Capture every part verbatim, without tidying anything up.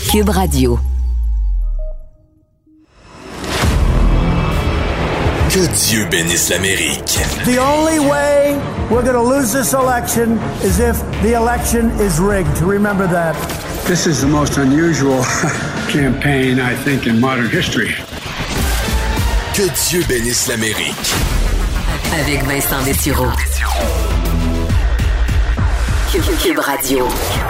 Cube Radio. Que Dieu bénisse l'Amérique. The only way we're going to lose this election is if the election is rigged. Remember that. This is the most unusual campaign, I think, in modern history. Que Dieu bénisse l'Amérique. Avec Vincent Dessureau. Cube, Cube Radio.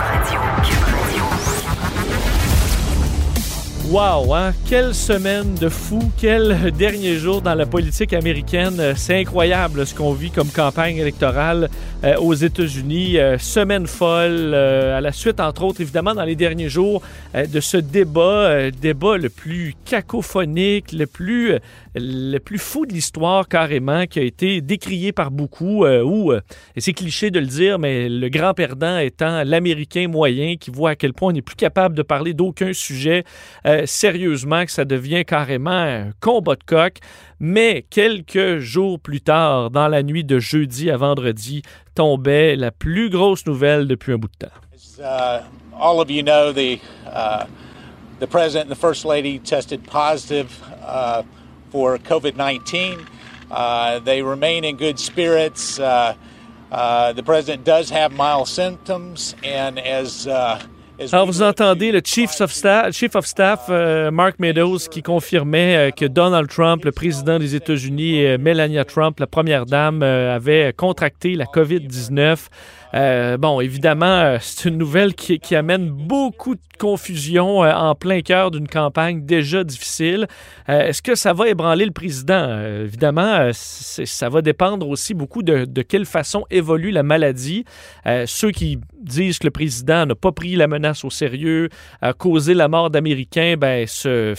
Wow, hein? Quelle semaine de fou, quel dernier jour dans la politique américaine. C'est incroyable ce qu'on vit comme campagne électorale euh, aux États-Unis. Euh, semaine folle, euh, à la suite, entre autres, évidemment, dans les derniers jours, euh, de ce débat, euh, débat le plus cacophonique, le plus, euh, le plus fou de l'histoire, carrément, qui a été décrié par beaucoup, euh, où, euh, et c'est cliché de le dire, mais le grand perdant étant l'Américain moyen qui voit à quel point on n'est plus capable de parler d'aucun sujet euh, sérieusement, que ça devient carrément un combat de coq. Mais quelques jours plus tard, dans la nuit de jeudi à vendredi, tombait la plus grosse nouvelle depuis un bout de temps. As uh, all of you know, the, uh, the President and the First Lady tested positive uh, for covid nineteen. Uh, they remain in good spirits. Uh, uh, the President does have mild symptoms, and as... Uh, Alors, vous entendez le Chief of Staff, Chief of Staff euh, Mark Meadows, qui confirmait euh, que Donald Trump, le président des États-Unis, et euh, Melania Trump, la première dame, euh, avaient contracté la covid dix-neuf. Euh, bon, évidemment, euh, c'est une nouvelle qui, qui amène beaucoup de confusion euh, en plein cœur d'une campagne déjà difficile. Euh, est-ce que ça va ébranler le président? Euh, évidemment, euh, ça va dépendre aussi beaucoup de, de quelle façon évolue la maladie. Euh, ceux qui disent que le président n'a pas pris la menace au sérieux, a causé la mort d'Américains, ben, se...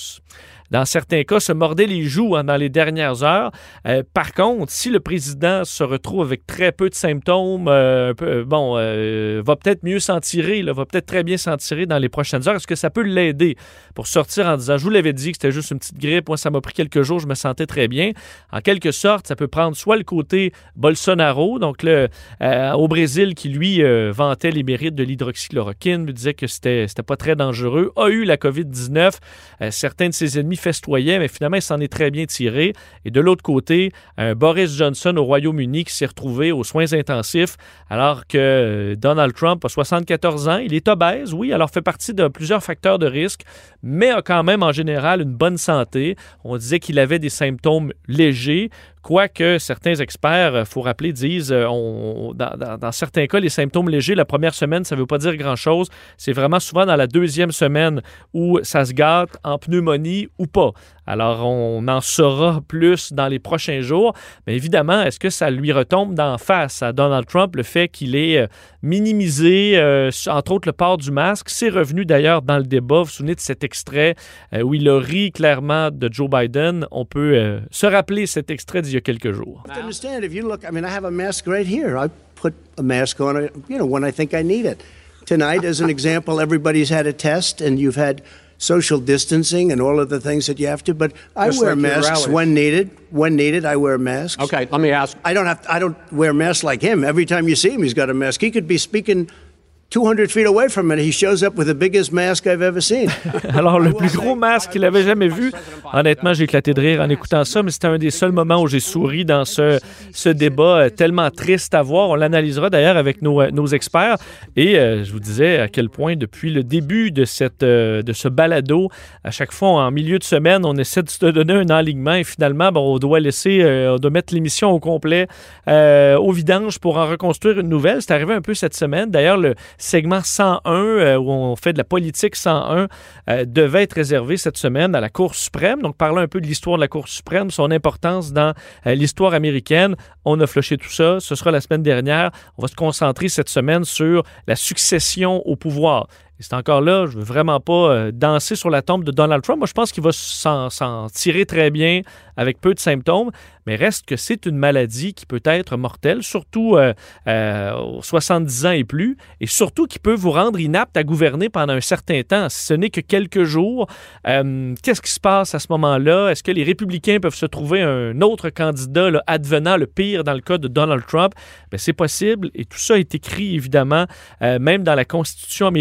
dans certains cas, se mordaient les joues hein, dans les dernières heures. Euh, par contre, si le président se retrouve avec très peu de symptômes, euh, un peu, bon, euh, va peut-être mieux s'en tirer, là, va peut-être très bien s'en tirer dans les prochaines heures. Est-ce que ça peut l'aider pour sortir en disant, je vous l'avais dit que c'était juste une petite grippe, moi ça m'a pris quelques jours, je me sentais très bien. En quelque sorte, ça peut prendre soit le côté Bolsonaro, donc le, euh, au Brésil, qui lui euh, vantait les mérites de l'hydroxychloroquine, lui disait que c'était, c'était pas très dangereux, a eu la covid dix-neuf. Euh, certains de ses ennemis festoyait, mais finalement, il s'en est très bien tiré. Et de l'autre côté, un Boris Johnson au Royaume-Uni qui s'est retrouvé aux soins intensifs alors que Donald Trump a soixante-quatorze ans. Il est obèse, oui, alors fait partie de plusieurs facteurs de risque, mais a quand même en général une bonne santé. On disait qu'il avait des symptômes légers. Quoique certains experts, il faut rappeler, disent euh, on, dans, dans, dans certains cas, les symptômes légers, la première semaine, ça ne veut pas dire grand-chose. C'est vraiment souvent dans la deuxième semaine où ça se gâte en pneumonie ou pas. Alors, on en saura plus dans les prochains jours. Mais évidemment, est-ce que ça lui retombe d'en face à Donald Trump, le fait qu'il ait minimisé, euh, entre autres, le port du masque? C'est revenu d'ailleurs dans le débat. Vous vous souvenez de cet extrait euh, où il a ri clairement de Joe Biden. On peut euh, se rappeler cet extrait d'il y a quelques jours. I understand if you look, I mean, I have a mask right here. I put a mask on, you know, when I think I need it. Tonight, as an example, everybody's had a test and you've had social distancing and all of the things that you have to, but I Just wear like masks when needed. When needed, I wear masks. Okay, let me ask. I don't have, I don't wear masks like him. Every time you see him, he's got a mask. He could be speaking two hundred feet away from it, he shows up with the biggest mask I've ever seen. Alors, le plus gros masque qu'il avait jamais vu. Honnêtement, j'ai éclaté de rire en écoutant ça, mais c'était un des seuls moments où j'ai souri dans ce, ce débat tellement triste à voir. On l'analysera d'ailleurs avec nos, nos experts. Et euh, je vous disais à quel point, depuis le début de, cette, euh, de ce balado, à chaque fois, en milieu de semaine, on essaie de se donner un alignement et finalement, bon, on doit laisser, euh, on doit mettre l'émission au complet euh, au vidange pour en reconstruire une nouvelle. C'est arrivé un peu cette semaine. D'ailleurs, le segment cent un, euh, où on fait de la politique cent un, euh, devait être réservé cette semaine à la Cour suprême. Donc, parler un peu de l'histoire de la Cour suprême, son importance dans euh, l'histoire américaine. On a flushé tout ça. Ce sera la semaine dernière. On va se concentrer cette semaine sur la succession au pouvoir. Et c'est encore là, je veux vraiment pas euh, danser sur la tombe de Donald Trump. Moi, je pense qu'il va s'en, s'en tirer très bien avec peu de symptômes, mais reste que c'est une maladie qui peut être mortelle, surtout euh, euh, aux soixante-dix ans et plus, et surtout qui peut vous rendre inapte à gouverner pendant un certain temps. Si ce n'est que quelques jours, euh, qu'est-ce qui se passe à ce moment-là? Est-ce que les républicains peuvent se trouver un autre candidat là, advenant le pire dans le cas de Donald Trump? Bien, c'est possible, et tout ça est écrit, évidemment, euh, même dans la Constitution américaine.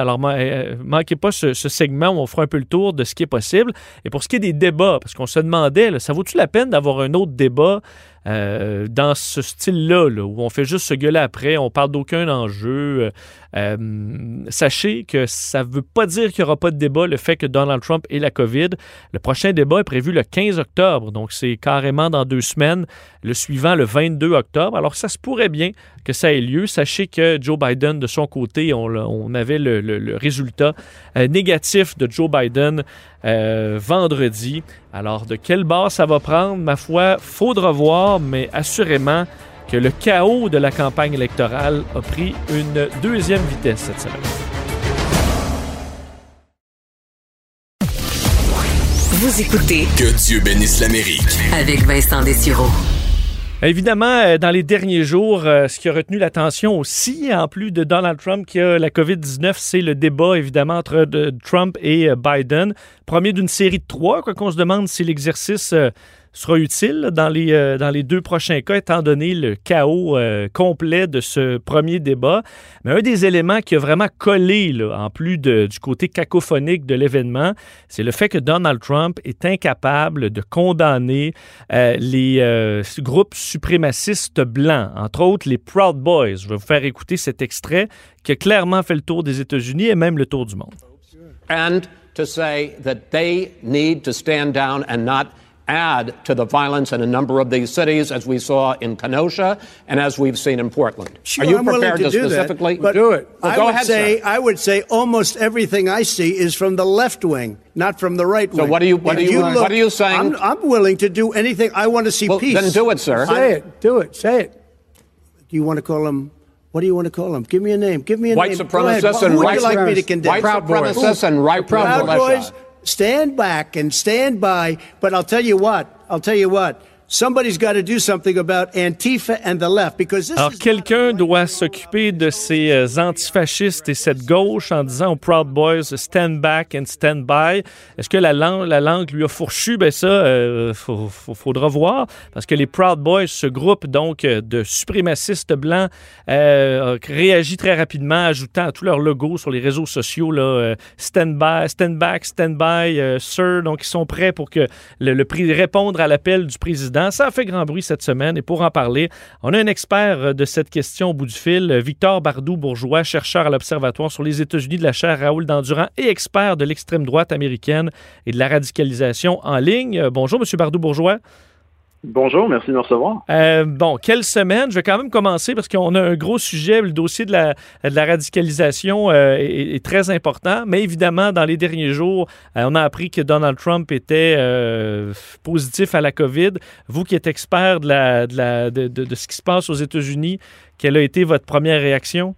Alors, man- manquez pas ce, ce segment où on fera un peu le tour de ce qui est possible. Et pour ce qui est des débats, parce qu'on se demandait, là, ça vaut-tu la peine d'avoir un autre débat euh, dans ce style-là, là, où on fait juste se gueuler après, on parle d'aucun enjeu. Euh, sachez que ça ne veut pas dire qu'il n'y aura pas de débat, le fait que Donald Trump ait la COVID. Le prochain débat est prévu le quinze octobre, donc c'est carrément dans deux semaines. Le suivant, le vingt-deux octobre. Alors, ça se pourrait bien que ça ait lieu. Sachez que Joe Biden, de son côté, on, on avait le, le, le résultat euh, négatif de Joe Biden euh, vendredi. Alors, de quel bord ça va prendre, ma foi, faudra voir, mais assurément que le chaos de la campagne électorale a pris une deuxième vitesse cette semaine. Vous écoutez Que Dieu bénisse l'Amérique. avec Vincent Dessureau. Évidemment, dans les derniers jours, ce qui a retenu l'attention aussi, en plus de Donald Trump qui a la COVID dix-neuf, c'est le débat, évidemment, entre Trump et Biden. Premier d'une série de trois, quoi qu'on se demande si l'exercice sera utile dans les, euh, dans les deux prochains cas, étant donné le chaos euh, complet de ce premier débat. Mais un des éléments qui a vraiment collé, là, en plus de, du côté cacophonique de l'événement, c'est le fait que Donald Trump est incapable de condamner euh, les euh, groupes suprémacistes blancs, entre autres les Proud Boys. Je vais vous faire écouter cet extrait qui a clairement fait le tour des États-Unis et même le tour du monde. And to say that they need to stand down and not add to the violence in a number of these cities, as we saw in Kenosha and as we've seen in Portland. Sure, Are you I'm prepared willing to, to do specifically that, do it? Well, I go would ahead, say sir. I would say almost everything I see is from the left wing, not from the right wing. So what are you what If are you, look, what are you saying? I'm, I'm willing to do anything. I want to see well, peace. then do it, sir. Say it. Do it. Say it. Do you want to call them? What do you want to call them? Give me a name. Give me a White name. supremacists and Who would right you like me to condemn? White Proud Boys. supremacists and right Proud militia. Boys. Stand back and stand by. But I'll tell you what. I'll tell you what. Somebody's got to do something about Antifa and the left because this Alors, is quelqu'un doit s'occuper de ces euh, antifascistes et cette gauche en disant aux Proud Boys « stand back and stand by ». Est-ce que la langue, la langue lui a fourchu? Ben ça, euh, faut, faut, faudra voir, parce que les Proud Boys, ce groupe donc de suprémacistes blancs, euh, réagit très rapidement, ajoutant à tous leurs logos sur les réseaux sociaux là, euh, stand by, stand back, stand by, euh, sir. Donc, ils sont prêts pour que le, le prix répondre à l'appel du président. Ça a fait grand bruit cette semaine et pour en parler, on a un expert de cette question au bout du fil, Victor Bardou-Bourgeois, chercheur à l'Observatoire sur les États-Unis de la chaire Raoul Dandurand et expert de l'extrême droite américaine et de la radicalisation en ligne. Bonjour, M. Bardou-Bourgeois. Bonjour, merci de me recevoir. Euh, bon, quelle semaine? Je vais quand même commencer parce qu'on a un gros sujet. Le dossier de la, de la radicalisation euh, est, est très important. Mais évidemment, dans les derniers jours, euh, on a appris que Donald Trump était euh, positif à la COVID. Vous qui êtes expert de, la, de, la, de, de, de ce qui se passe aux États-Unis, quelle a été votre première réaction?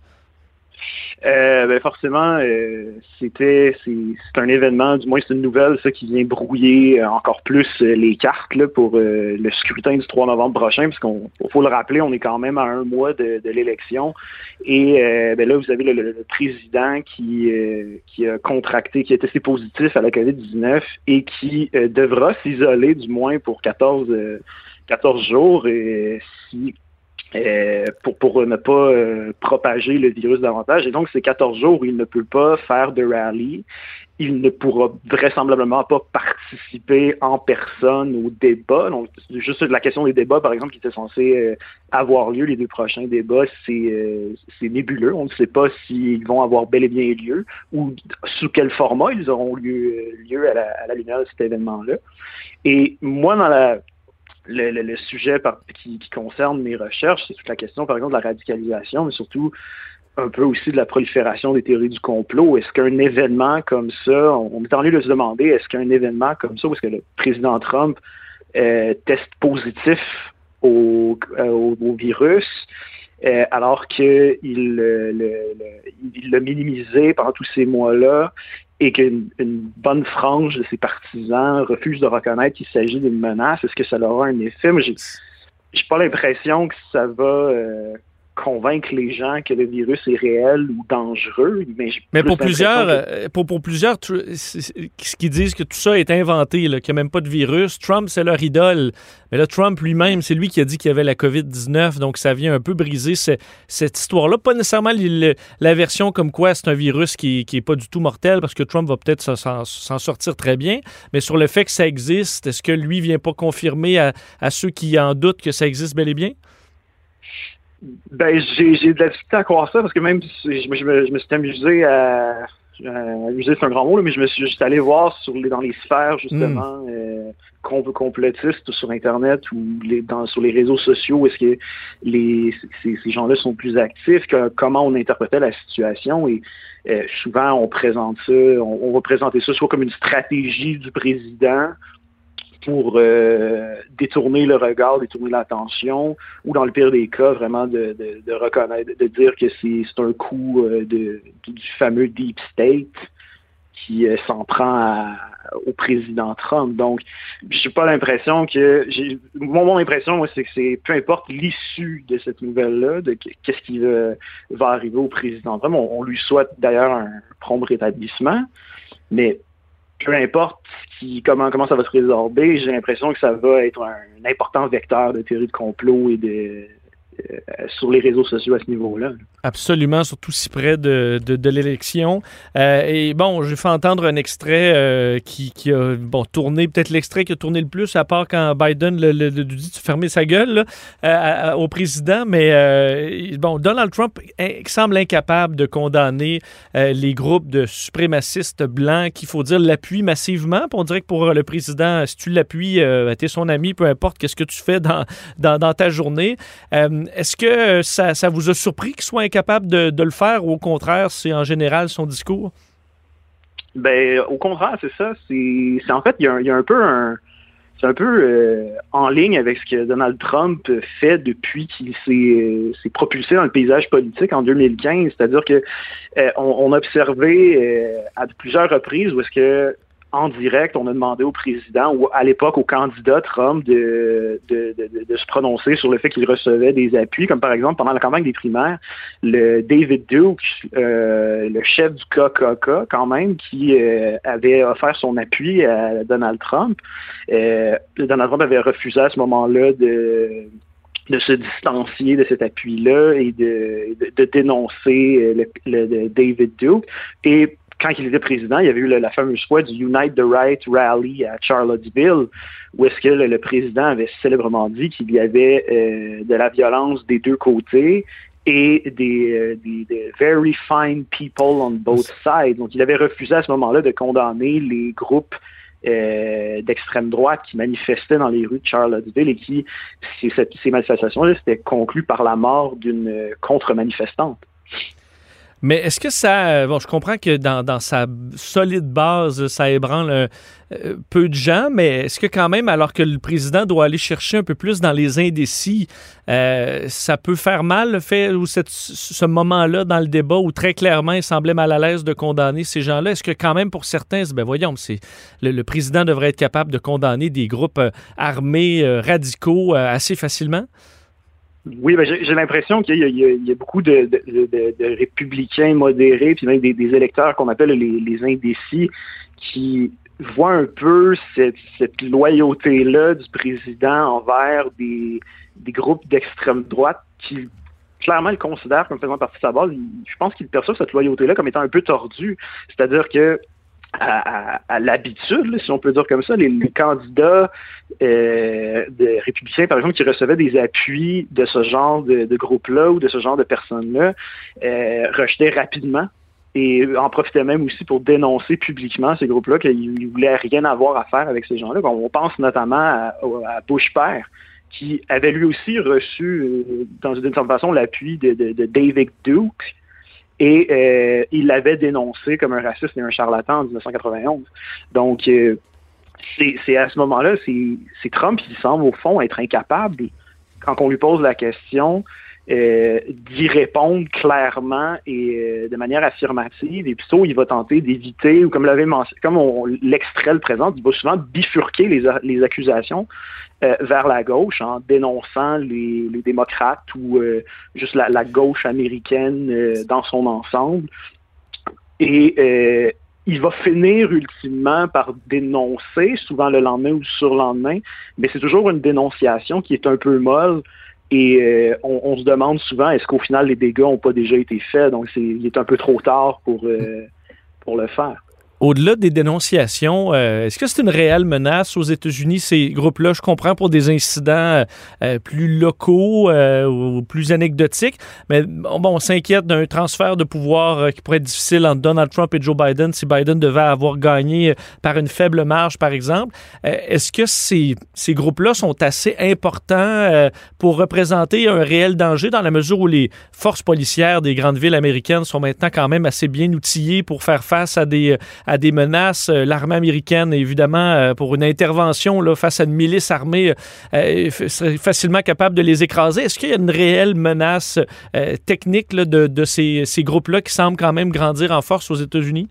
Euh, ben forcément, euh, c'était c'est, c'est un événement, du moins c'est une nouvelle, ça qui vient brouiller euh, encore plus euh, les cartes là, pour euh, le scrutin du trois novembre prochain, parce qu'on faut le rappeler, on est quand même à un mois de, de l'élection. Et euh, ben là, vous avez le, le, le président qui euh, qui a contracté, qui a testé positif à la COVID dix-neuf et qui euh, devra s'isoler du moins pour quatorze, euh, quatorze jours et si Euh, pour, pour ne pas euh, propager le virus davantage. Et donc, ces quatorze jours où il ne peut pas faire de rallye, il ne pourra vraisemblablement pas participer en personne au débat. Donc, juste la question des débats, par exemple, qui était censé euh, avoir lieu, les deux prochains débats, c'est, euh, c'est nébuleux. On ne sait pas s'ils vont avoir bel et bien lieu ou sous quel format ils auront lieu, lieu à, la, à la lumière de cet événement-là. Et moi, dans la Le, le, le sujet par, qui, qui concerne mes recherches, c'est toute la question, par exemple, de la radicalisation, mais surtout un peu aussi de la prolifération des théories du complot. Est-ce qu'un événement comme ça, on, on est en lieu de se demander, est-ce qu'un événement comme ça, où est-ce que le président Trump euh, teste positif au, euh, au, au virus, euh, alors qu'il euh, le, le, il l'a minimisé pendant tous ces mois-là, et qu'une une bonne frange de ses partisans refuse de reconnaître qu'il s'agit d'une menace, est-ce que ça aura un effet? Moi, j'ai, j'ai pas l'impression que ça va euh, convaincre les gens que le virus est réel ou dangereux. Mais, mais pour plusieurs, que... pour, pour plusieurs qui disent que tout ça est inventé, là, qu'il n'y a même pas de virus, Trump, c'est leur idole. Mais là, Trump lui-même, c'est lui qui a dit qu'il y avait la covid dix-neuf, donc ça vient un peu briser ce, cette histoire-là. Pas nécessairement le, la version comme quoi c'est un virus qui n'est pas du tout mortel, parce que Trump va peut-être s'en, s'en sortir très bien, mais sur le fait que ça existe, est-ce que lui ne vient pas confirmer à, à ceux qui en doutent que ça existe bel et bien? Ben, j'ai, j'ai de la difficulté à croire ça, parce que même je, je, je, me, je me suis amusé à... Euh, amusé, c'est un grand mot, là, mais je me suis juste allé voir sur les, dans les sphères, justement, mm. euh, complotistes sur Internet ou les, dans, sur les réseaux sociaux, où est-ce que les, ces, ces gens-là sont plus actifs, que, comment on interprétait la situation. Et euh, souvent, on présente ça, on, on va présenter ça soit comme une stratégie du président pour euh, détourner le regard, détourner l'attention, ou dans le pire des cas, vraiment de, de, de reconnaître, de dire que c'est, c'est un coup euh, de, du fameux Deep State qui euh, s'en prend à, au président Trump. Donc, j'ai pas l'impression que... J'ai, mon, mon impression, moi, c'est que c'est peu importe l'issue de cette nouvelle-là, de qu'est-ce qui va, va arriver au président Trump. On, on lui souhaite d'ailleurs un prompt rétablissement, mais peu importe qui, comment, comment ça va se résorber, j'ai l'impression que ça va être un, un important vecteur de théorie de complot et de, euh, sur les réseaux sociaux à ce niveau-là. Absolument, surtout si près de, de, de l'élection. Euh, et bon, j'ai fait entendre un extrait euh, qui, qui a bon, tourné, peut-être l'extrait qui a tourné le plus, à part quand Biden le, le, le dit de fermer sa gueule là, à, à, au président. Mais euh, bon, Donald Trump semble incapable de condamner euh, les groupes de suprémacistes blancs qu'il faut dire l'appuient massivement. Puis on dirait que pour le président, si tu l'appuies, euh, t'es son ami, peu importe qu'est-ce que tu fais dans, dans, dans ta journée. Euh, est-ce que ça, ça vous a surpris qu'il soit incapable capable de, de le faire ou au contraire, c'est en général son discours? Ben, au contraire, c'est ça. C'est, c'est en fait, il y a, il y a un peu un... C'est un peu euh, en ligne avec ce que Donald Trump fait depuis qu'il s'est, euh, s'est propulsé dans le paysage politique en deux mille quinze. C'est-à-dire que euh, on, on a observé euh, à plusieurs reprises où est-ce que en direct, on a demandé au président ou à l'époque au candidat Trump de, de, de, de se prononcer sur le fait qu'il recevait des appuis, comme par exemple pendant la campagne des primaires, le David Duke, euh, le chef du K K K quand même, qui euh, avait offert son appui à Donald Trump. Euh, Donald Trump avait refusé à ce moment-là de... de se distancier de cet appui-là et de, de, de dénoncer le, le, le David Duke. Et quand il était président, il y avait eu la, la fameuse fois du Unite the Right Rally à Charlottesville, où est-ce que le, le président avait célèbrement dit qu'il y avait euh, de la violence des deux côtés et des, euh, des, des very fine people on both sides. Donc, il avait refusé à ce moment-là de condamner les groupes euh, d'extrême droite qui manifestaient dans les rues de Charlottesville et qui, ces, ces manifestations-là, s'étaient conclues par la mort d'une contre-manifestante. Mais est-ce que ça... Bon, je comprends que dans, dans sa solide base, ça ébranle un, euh, peu de gens, mais est-ce que quand même, alors que le président doit aller chercher un peu plus dans les indécis, euh, ça peut faire mal le fait, ou cette, ce moment-là dans le débat où très clairement il semblait mal à l'aise de condamner ces gens-là? Est-ce que quand même pour certains, ben voyons, c'est, le, le président devrait être capable de condamner des groupes euh, armés euh, radicaux euh, assez facilement? Oui, ben j'ai, j'ai l'impression qu'il y a, il y a, il y a beaucoup de, de, de, de républicains modérés, puis même des, des électeurs qu'on appelle les, les indécis, qui voient un peu cette, cette loyauté-là du président envers des, des groupes d'extrême droite qui clairement le considèrent comme faisant partie de sa base. Je pense qu'il perçoit cette loyauté-là comme étant un peu tordue. C'est-à-dire que À, à, à l'habitude, là, si on peut dire comme ça, les, les candidats euh, de républicains, par exemple, qui recevaient des appuis de ce genre de, de groupe-là ou de ce genre de personnes-là, euh, rejetaient rapidement et en profitaient même aussi pour dénoncer publiquement ces groupes-là qu'ils ne voulaient rien avoir à faire avec ces gens-là. On pense notamment à, à Bush père, qui avait lui aussi reçu, euh, dans une certaine façon, l'appui de, de, de David Duke, et euh, il l'avait dénoncé comme un raciste et un charlatan en dix-neuf cent quatre-vingt-onze. Donc, euh, c'est, c'est à ce moment-là, c'est, c'est Trump qui semble au fond être incapable, quand on lui pose la question, euh, d'y répondre clairement et euh, de manière affirmative. Et plutôt, il va tenter d'éviter, ou comme l'avait mentionné, comme on, l'extrait le présente, il va souvent bifurquer les, les accusations euh, vers la gauche en dénonçant les, les démocrates ou euh, juste la, la gauche américaine euh, dans son ensemble. Et euh, il va finir ultimement par dénoncer, souvent le lendemain ou le surlendemain, mais c'est toujours une dénonciation qui est un peu molle et euh, on, on se demande souvent est-ce qu'au final les dégâts n'ont pas déjà été faits, donc c'est, il est un peu trop tard pour, euh, pour le faire. Au-delà des dénonciations, euh, est-ce que c'est une réelle menace aux États-Unis, ces groupes-là? Je comprends pour des incidents euh, plus locaux euh, ou plus anecdotiques, mais bon, on s'inquiète d'un transfert de pouvoir euh, qui pourrait être difficile entre Donald Trump et Joe Biden si Biden devait avoir gagné par une faible marge, par exemple. Euh, est-ce que ces, ces groupes-là sont assez importants euh, pour représenter un réel danger dans la mesure où les forces policières des grandes villes américaines sont maintenant quand même assez bien outillées pour faire face à des... à des menaces. L'armée américaine, évidemment, pour une intervention là, face à une milice armée, euh, serait facilement capable de les écraser. Est-ce qu'il y a une réelle menace euh, technique là, de, de ces, ces groupes-là qui semblent quand même grandir en force aux États-Unis?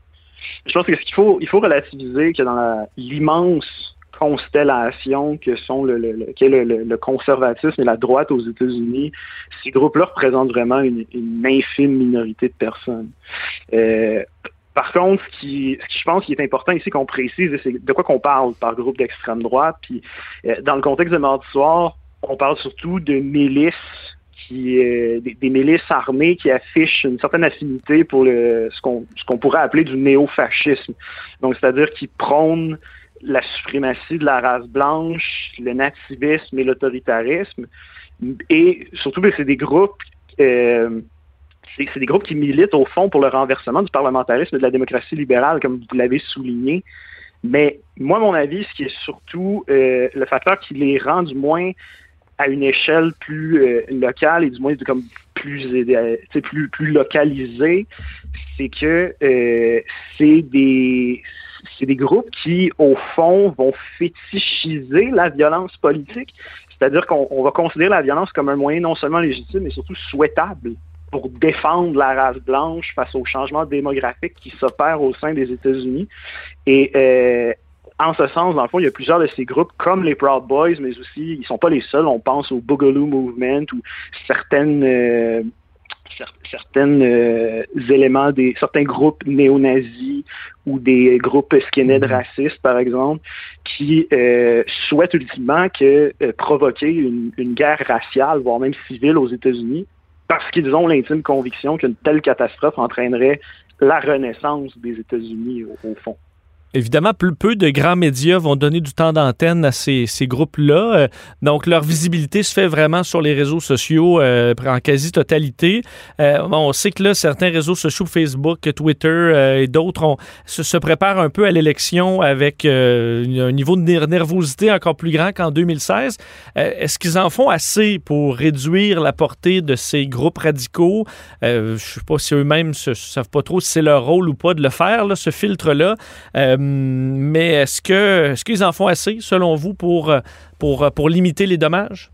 Je pense que ce qu'il faut, il faut relativiser que dans la, l'immense constellation que sont le, le, le, qu'est le, le, le conservatisme et la droite aux États-Unis, ces groupes-là représentent vraiment une, une infime minorité de personnes. Euh, Par contre, ce qui, ce qui je pense qu'il est important ici qu'on précise, c'est de quoi qu'on parle par groupe d'extrême droite. Puis, euh, dans le contexte de mardi soir, on parle surtout de milices, qui, euh, des, des milices armées qui affichent une certaine affinité pour le, ce qu'on, ce qu'on pourrait appeler du néo-fascisme. Donc, c'est-à-dire qui prônent la suprématie de la race blanche, le nativisme et l'autoritarisme. Et surtout, c'est des groupes... Euh, C'est, c'est des groupes qui militent, au fond, pour le renversement du parlementarisme et de la démocratie libérale, comme vous l'avez souligné. Mais moi, à mon avis, ce qui est surtout euh, le facteur qui les rend, du moins, à une échelle plus euh, locale et du moins comme plus, euh, plus, plus localisée, c'est que euh, c'est des... c'est des groupes qui, au fond, vont fétichiser la violence politique. C'est-à-dire qu'on on va considérer la violence comme un moyen non seulement légitime, mais surtout souhaitable pour défendre la race blanche face aux changements démographiques qui s'opèrent au sein des États-Unis. Et euh, en ce sens, dans le fond, il y a plusieurs de ces groupes, comme les Proud Boys, mais aussi, ils ne sont pas les seuls. On pense au Boogaloo Movement ou certaines... Euh, certains euh, éléments, des certains groupes néo-nazis ou des groupes skinhead racistes, par exemple, qui euh, souhaitent ultimement que euh, provoquer une, une guerre raciale, voire même civile aux États-Unis, parce qu'ils ont l'intime conviction qu'une telle catastrophe entraînerait la renaissance des États-Unis, au, au fond. Évidemment, peu, peu de grands médias vont donner du temps d'antenne à ces, ces groupes-là. Euh, donc, leur visibilité se fait vraiment sur les réseaux sociaux euh, en quasi-totalité. Euh, on sait que là, certains réseaux sociaux, Facebook, Twitter euh, et d'autres, on, se, se préparent un peu à l'élection avec euh, un niveau de nervosité encore plus grand qu'en deux mille seize. Euh, est-ce qu'ils en font assez pour réduire la portée de ces groupes radicaux? Euh, je ne sais pas si eux-mêmes ne savent pas trop si c'est leur rôle ou pas de le faire, là, ce filtre-là. Euh, mais est-ce que est-ce qu'ils en font assez, selon vous, pour, pour, pour limiter les dommages?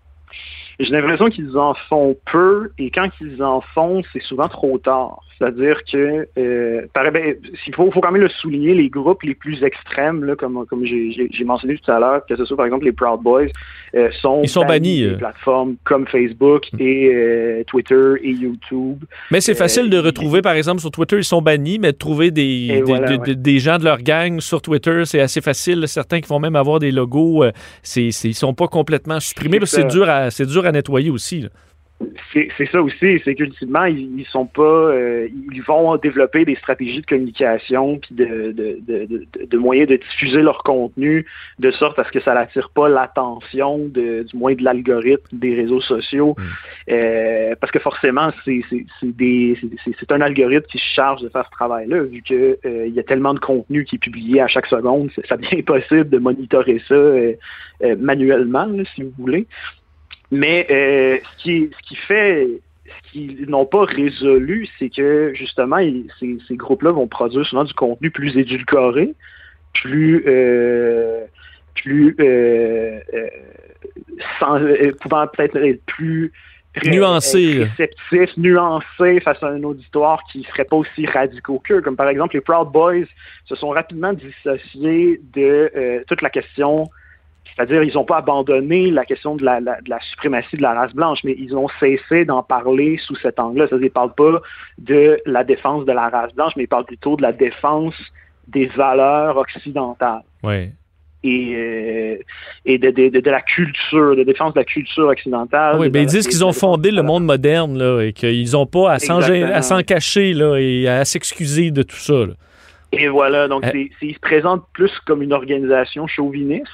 J'ai l'impression qu'ils en font peu, et quand ils en font, c'est souvent trop tard. C'est-à-dire que, euh, par, ben, il faut, faut quand même le souligner, les groupes les plus extrêmes, là, comme, comme j'ai, j'ai, j'ai mentionné tout à l'heure, que ce soit par exemple les Proud Boys, euh, sont, Ils sont bannis des euh. plateformes comme Facebook et euh, Twitter et YouTube. Mais c'est facile euh, de retrouver, par exemple, sur Twitter, ils sont bannis, mais de trouver des, des, voilà, de, ouais. de, des gens de leur gang sur Twitter, c'est assez facile. Certains qui vont même avoir des logos, euh, c'est, c'est, ils sont pas complètement supprimés, parce que c'est dur à, c'est dur à nettoyer aussi, là. C'est, c'est ça aussi, c'est qu'ultimement, ils, ils sont pas, euh, ils vont développer des stratégies de communication puis de, de, de, de, de moyens de diffuser leur contenu de sorte à ce que ça n'attire pas l'attention de, du moins de l'algorithme des réseaux sociaux, mmh. euh, parce que forcément, c'est, c'est, c'est, des, c'est, c'est un algorithme qui se charge de faire ce travail-là, vu que euh, il y a tellement de contenu qui est publié à chaque seconde, ça devient impossible de monitorer ça euh, euh, manuellement, là, si vous voulez. Mais euh, ce qui ce qui fait, ce qu'ils n'ont pas résolu, c'est que justement, ils, ces, ces groupes-là vont produire souvent du contenu plus édulcoré, plus euh, plus euh, euh, sans, euh, pouvant peut-être être plus très, nuancés, réceptifs, nuancés face à un auditoire qui ne serait pas aussi radicaux qu'eux. Comme par exemple, les Proud Boys se sont rapidement dissociés de euh, toute la question, c'est-à-dire ils n'ont pas abandonné la question de la, la, de la suprématie de la race blanche, mais ils ont cessé d'en parler sous cet angle-là. C'est-à-dire ils ne parlent pas de la défense de la race blanche, mais ils parlent plutôt de la défense des valeurs occidentales. Oui. Et, euh, et de, de, de, de la culture, de défense de la culture occidentale. Oui, mais ils disent qu'ils ont fondé le monde moderne là, et qu'ils n'ont pas à s'en, à s'en cacher là, et à s'excuser de tout ça. Là. Et voilà, donc euh... c'est, c'est, ils se présentent plus comme une organisation chauviniste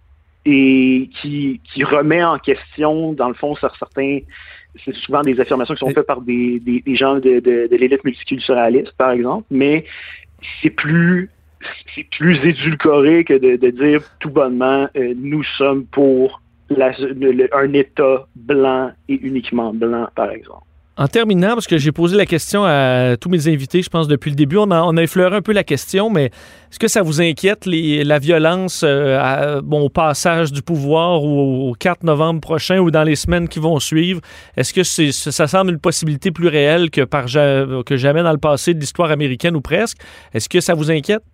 et qui, qui remet en question, dans le fond, sur certains... C'est souvent des affirmations qui sont faites par des, des, des gens de, de, de l'élite multiculturaliste, par exemple, mais c'est plus... c'est plus édulcoré que de, de dire tout bonnement euh, nous sommes pour la, le, le, un État blanc et uniquement blanc, par exemple. En terminant, parce que j'ai posé la question à tous mes invités, je pense, depuis le début, on a, on a effleuré un peu la question, mais est-ce que ça vous inquiète, les, la violence euh, à, bon, au passage du pouvoir ou au quatre novembre prochain ou dans les semaines qui vont suivre? Est-ce que c'est, ça semble une possibilité plus réelle que, par, que jamais dans le passé de l'histoire américaine ou presque? Est-ce que ça vous inquiète?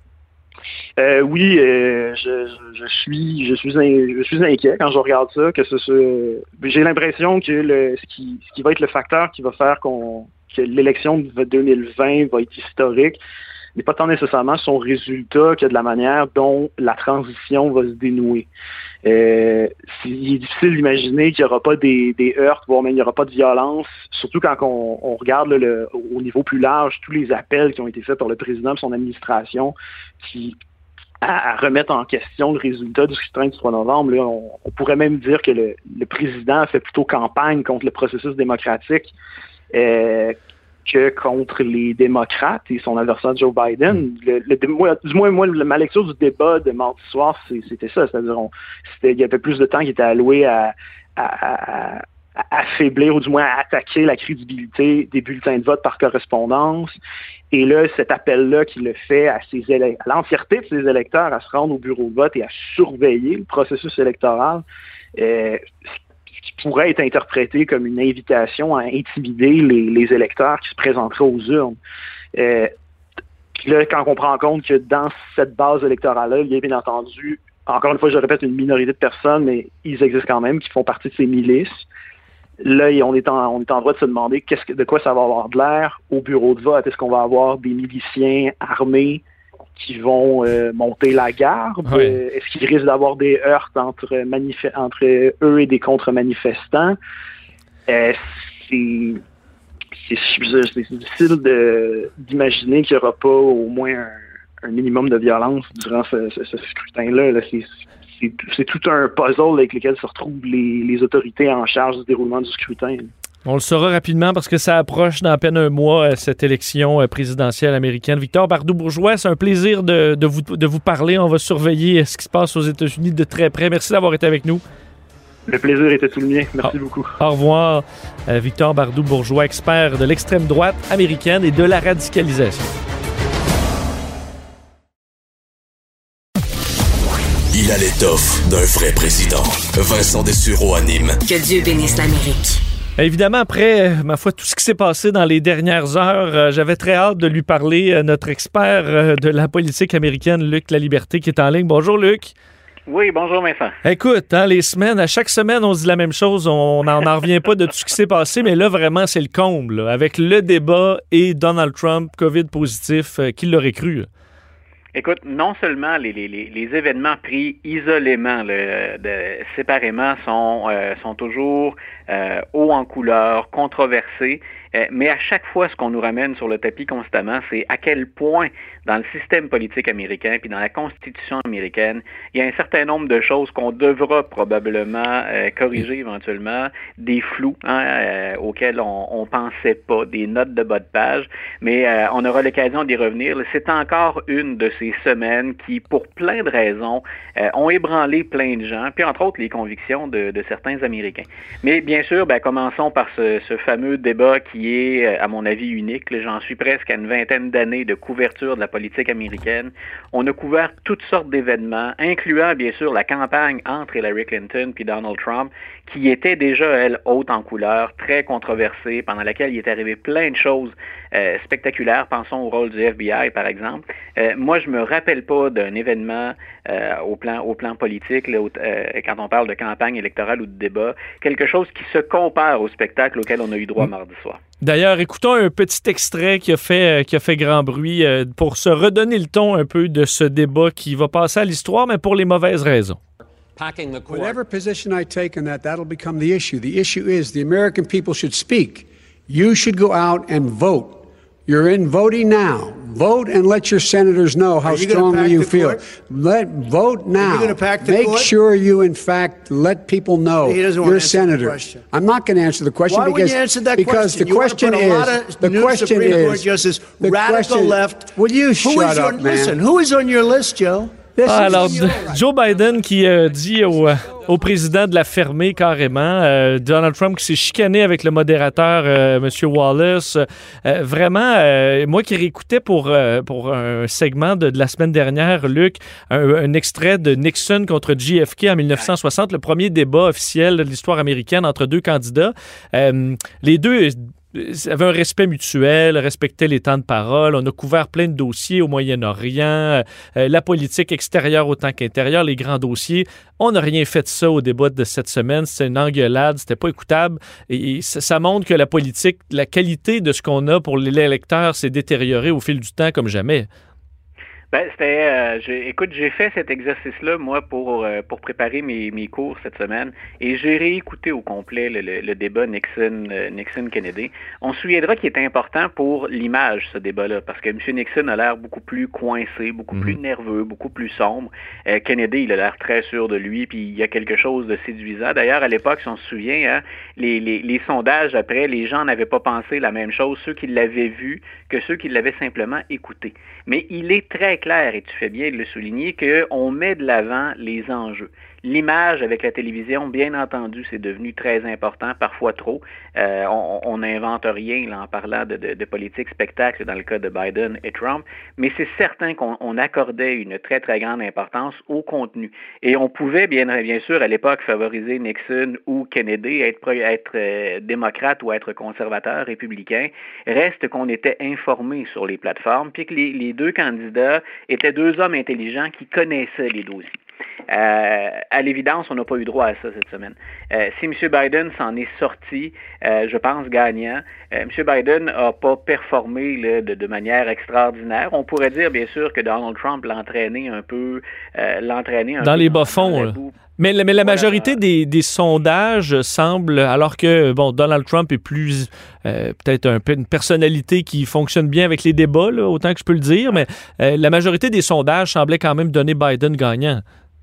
Euh, oui, euh, je, je, je suis, je suis, in, je suis inquiet quand je regarde ça. Que ce, ce, j'ai l'impression que le, ce qui, ce qui va être le facteur qui va faire qu'on, que l'élection de deux mille vingt va être historique n'est pas tant nécessairement son résultat que de la manière dont la transition va se dénouer. Euh, il est difficile d'imaginer qu'il n'y aura pas des, des heurts, voire même il n'y aura pas de violence, surtout quand on, on regarde là, le, au niveau plus large tous les appels qui ont été faits par le président et son administration qui à, à remettre en question le résultat du scrutin du trois novembre. Là, on, on pourrait même dire que le, le président a fait plutôt campagne contre le processus démocratique euh, que contre les démocrates et son adversaire Joe Biden. Le, le, moi, du moins, moi, ma lecture du débat de mardi soir, c'est, c'était ça. C'est-à-dire, on, c'était, il y avait plus de temps qui était alloué à, à, à, à affaiblir ou du moins à attaquer la crédibilité des bulletins de vote par correspondance. Et là, cet appel-là qu'il le fait à, ses élec- à l'entièreté de ses électeurs à se rendre au bureau de vote et à surveiller le processus électoral, euh, qui pourrait être interprété comme une invitation à intimider les, les électeurs qui se présenteraient aux urnes. Euh, puis là, quand on prend en compte que dans cette base électorale-là, il y a bien entendu, encore une fois, je répète, une minorité de personnes, mais ils existent quand même, qui font partie de ces milices. Là, on est en, on est en droit de se demander qu'est-ce que, de quoi ça va avoir de l'air au bureau de vote. Est-ce qu'on va avoir des miliciens armés qui vont euh, monter la garde? Oui. Euh, est-ce qu'il risque d'avoir des heurts entre, manif- entre eux et des contre-manifestants? Euh, c'est, c'est, c'est, c'est difficile de, d'imaginer qu'il n'y aura pas au moins un, un minimum de violence durant ce, ce, ce scrutin-là. Là, c'est, c'est, c'est tout un puzzle avec lequel se retrouvent les, les autorités en charge du déroulement du scrutin. On le saura rapidement parce que ça approche dans à peine un mois, cette élection présidentielle américaine. Victor Bardou-Bourgeois, c'est un plaisir de, de, vous, de vous parler. On va surveiller ce qui se passe aux États-Unis de très près. Merci d'avoir été avec nous. Le plaisir était tout le mien. Merci au, beaucoup. Au revoir. Euh, Victor Bardou-Bourgeois, expert de l'extrême droite américaine et de la radicalisation. Il a l'étoffe d'un vrai président. Vincent Dessureau anime. Que Dieu bénisse l'Amérique. Évidemment, après, ma foi, tout ce qui s'est passé dans les dernières heures, euh, j'avais très hâte de lui parler, euh, notre expert euh, de la politique américaine, Luc Laliberté, qui est en ligne. Bonjour, Luc. Oui, bonjour, Vincent. Écoute, hein, les semaines, à chaque semaine, on se dit la même chose. On n'en revient pas de tout ce qui s'est passé, mais là, vraiment, c'est le comble, là, avec le débat et Donald Trump, COVID positif, euh, qui l'aurait cru, là? Écoute, non seulement les, les, les événements pris isolément, là, de, séparément, sont, euh, sont toujours euh, hauts en couleur, controversés, euh, mais à chaque fois, ce qu'on nous ramène sur le tapis constamment, c'est à quel point, dans le système politique américain puis dans la Constitution américaine, il y a un certain nombre de choses qu'on devra probablement euh, corriger éventuellement, des flous hein, euh, auxquels on ne pensait pas, des notes de bas de page, mais euh, on aura l'occasion d'y revenir. C'est encore une de ces semaines qui, pour plein de raisons, euh, ont ébranlé plein de gens, puis entre autres les convictions de, de certains Américains. Mais bien sûr, ben, commençons par ce, ce fameux débat qui qui est, à mon avis, unique. Là, j'en suis presque à une vingtaine d'années de couverture de la politique américaine. On a couvert toutes sortes d'événements, incluant, bien sûr, la campagne entre Hillary Clinton puis Donald Trump, qui était déjà, elle, haute en couleur, très controversée, pendant laquelle il est arrivé plein de choses euh, spectaculaires. Pensons au rôle du F B I, par exemple. Euh, moi, je me rappelle pas d'un événement euh, au plan au plan politique, là, au, euh, quand on parle de campagne électorale ou de débat, quelque chose qui se compare au spectacle auquel on a eu droit mardi soir. D'ailleurs, écoutons un petit extrait qui a fait, qui a fait grand bruit euh, pour se redonner le ton un peu de ce débat qui va passer à l'histoire, mais pour les mauvaises raisons. Whatever position I take on that, that'll become the issue. The issue is the American people should speak. You should go out and vote. You're in voting now. Vote and let your senators know how you strongly you feel. Let vote now. Make court? Sure you, in fact, let people know you're a senator. I'm not going to answer the question Why because you answer that because question? the question is the question is justice, the radical question, left. Will you who shut up, on, man? Listen, who is on your list, Joe? Ah, alors, Joe Biden qui euh, dit au, au président de la fermer carrément, euh, Donald Trump qui s'est chicané avec le modérateur euh, M. Wallace. Euh, vraiment, euh, moi qui réécoutais pour, euh, pour un segment de, de la semaine dernière, Luc, un, un extrait de Nixon contre J F K en dix-neuf cent soixante, le premier débat officiel de l'histoire américaine entre deux candidats. Euh, les deux avait un respect mutuel, respectait les temps de parole. On a couvert plein de dossiers au Moyen-Orient, euh, la politique extérieure autant qu'intérieure, les grands dossiers. On n'a rien fait de ça au débat de cette semaine. C'était une engueulade, c'était pas écoutable. Et, et ça, ça montre que la politique, la qualité de ce qu'on a pour l'électeur s'est détériorée au fil du temps comme jamais. Ben, c'était, euh, j'ai, écoute, j'ai fait cet exercice-là, moi, pour euh, pour préparer mes, mes cours cette semaine, et j'ai réécouté au complet le, le, le débat Nixon, euh, Nixon-Kennedy. On se souviendra qu'il était important pour l'image, ce débat-là, parce que M. Nixon a l'air beaucoup plus coincé, beaucoup mmh. plus nerveux, beaucoup plus sombre. Euh, Kennedy, il a l'air très sûr de lui, puis il y a quelque chose de séduisant. D'ailleurs, à l'époque, si on se souvient, hein, les, les, les sondages, après, les gens n'avaient pas pensé la même chose, ceux qui l'avaient vu, que ceux qui l'avaient simplement écouté. Mais il est très clair, et tu fais bien de le souligner, qu'on met de l'avant les enjeux. L'image avec la télévision, bien entendu, c'est devenu très important, parfois trop. Euh, on n'invente rien là, en parlant de, de, de politique spectacle dans le cas de Biden et Trump, mais c'est certain qu'on on accordait une très, très grande importance au contenu. Et on pouvait, bien, bien sûr, à l'époque, favoriser Nixon ou Kennedy, être, être euh, démocrate ou être conservateur, républicain. Reste qu'on était informé sur les plateformes, puis que les, les deux candidats étaient deux hommes intelligents qui connaissaient les dossiers. Euh, à l'évidence, on n'a pas eu droit à ça cette semaine. Euh, si M. Biden s'en est sorti, euh, je pense, gagnant, euh, M. Biden n'a pas performé là, de, de manière extraordinaire. On pourrait dire, bien sûr, que Donald Trump l'a entraîné un peu, euh, l'a entraîné un dans peu les bas-fonds. Mais, mais la majorité voilà. des, des sondages semblent, alors que bon, Donald Trump est plus euh, peut-être un peu une personnalité qui fonctionne bien avec les débats, là, autant que je peux le dire, mais euh, la majorité des sondages semblaient quand même donner Biden gagnant.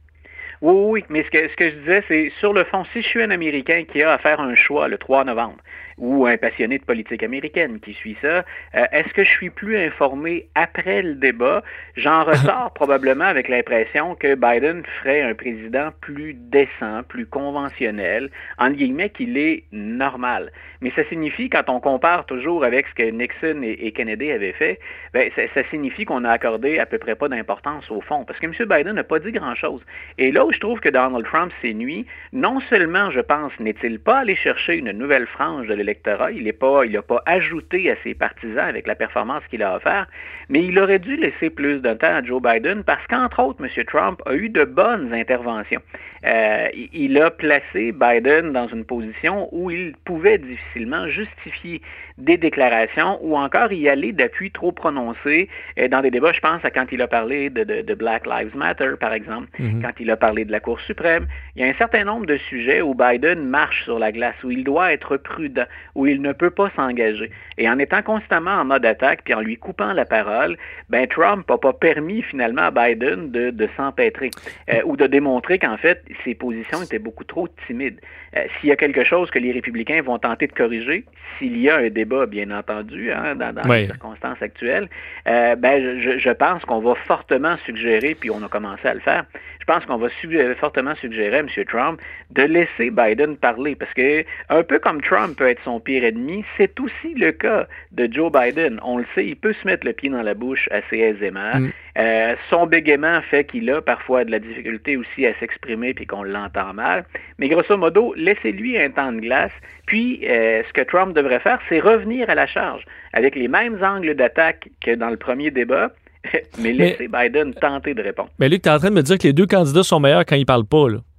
Oui, oui, mais ce que, ce que je disais, c'est sur le fond, si je suis un Américain qui a à faire un choix le trois novembre, ou un passionné de politique américaine qui suit ça, euh, est-ce que je suis plus informé après le débat? J'en ressors probablement avec l'impression que Biden ferait un président plus décent, plus conventionnel, entre guillemets qu'il est normal. Mais ça signifie, quand on compare toujours avec ce que Nixon et, et Kennedy avaient fait, ben, ça, ça signifie qu'on a accordé à peu près pas d'importance au fond, parce que M. Biden n'a pas dit grand-chose. Et là où je trouve que Donald Trump s'est nui, non seulement, je pense, n'est-il pas allé chercher une nouvelle frange de l'électorat, il n'a pas, il a pas ajouté à ses partisans avec la performance qu'il a offert, mais il aurait dû laisser plus de temps à Joe Biden parce qu'entre autres, M. Trump a eu de bonnes interventions. Euh, il a placé Biden dans une position où il pouvait difficilement justifier des déclarations ou encore y aller d'appui trop prononcé euh, dans des débats. Je pense à quand il a parlé de, de, de Black Lives Matter, par exemple, mm-hmm. quand il a parlé de la Cour suprême. Il y a un certain nombre de sujets où Biden marche sur la glace, où il doit être prudent, où il ne peut pas s'engager. Et en étant constamment en mode attaque puis en lui coupant la parole, ben Trump n'a pas permis finalement à Biden de, de s'empêtrer euh, ou de démontrer qu'en fait, ses positions étaient beaucoup trop timides. Euh, s'il y a quelque chose que les républicains vont tenter de corriger, s'il y a un débat débat, bien entendu, hein, dans, dans oui. les circonstances actuelles, euh, ben, je, je pense qu'on va fortement suggérer, puis on a commencé à le faire, je pense qu'on va suggérer, fortement suggérer à M. Trump de laisser Biden parler, parce que un peu comme Trump peut être son pire ennemi, c'est aussi le cas de Joe Biden. On le sait, il peut se mettre le pied dans la bouche assez aisément. Mm. Euh, son bégaiement fait qu'il a parfois de la difficulté aussi à s'exprimer puis qu'on l'entend mal. Mais grosso modo, laissez-lui un temps de glace. Puis, euh, ce que Trump devrait faire, c'est revenir à la charge avec les mêmes angles d'attaque que dans le premier débat, mais laisser mais, Biden tenter de répondre. Mais Luc, tu es en train de me dire que les deux candidats sont meilleurs quand ils parlent pas, là.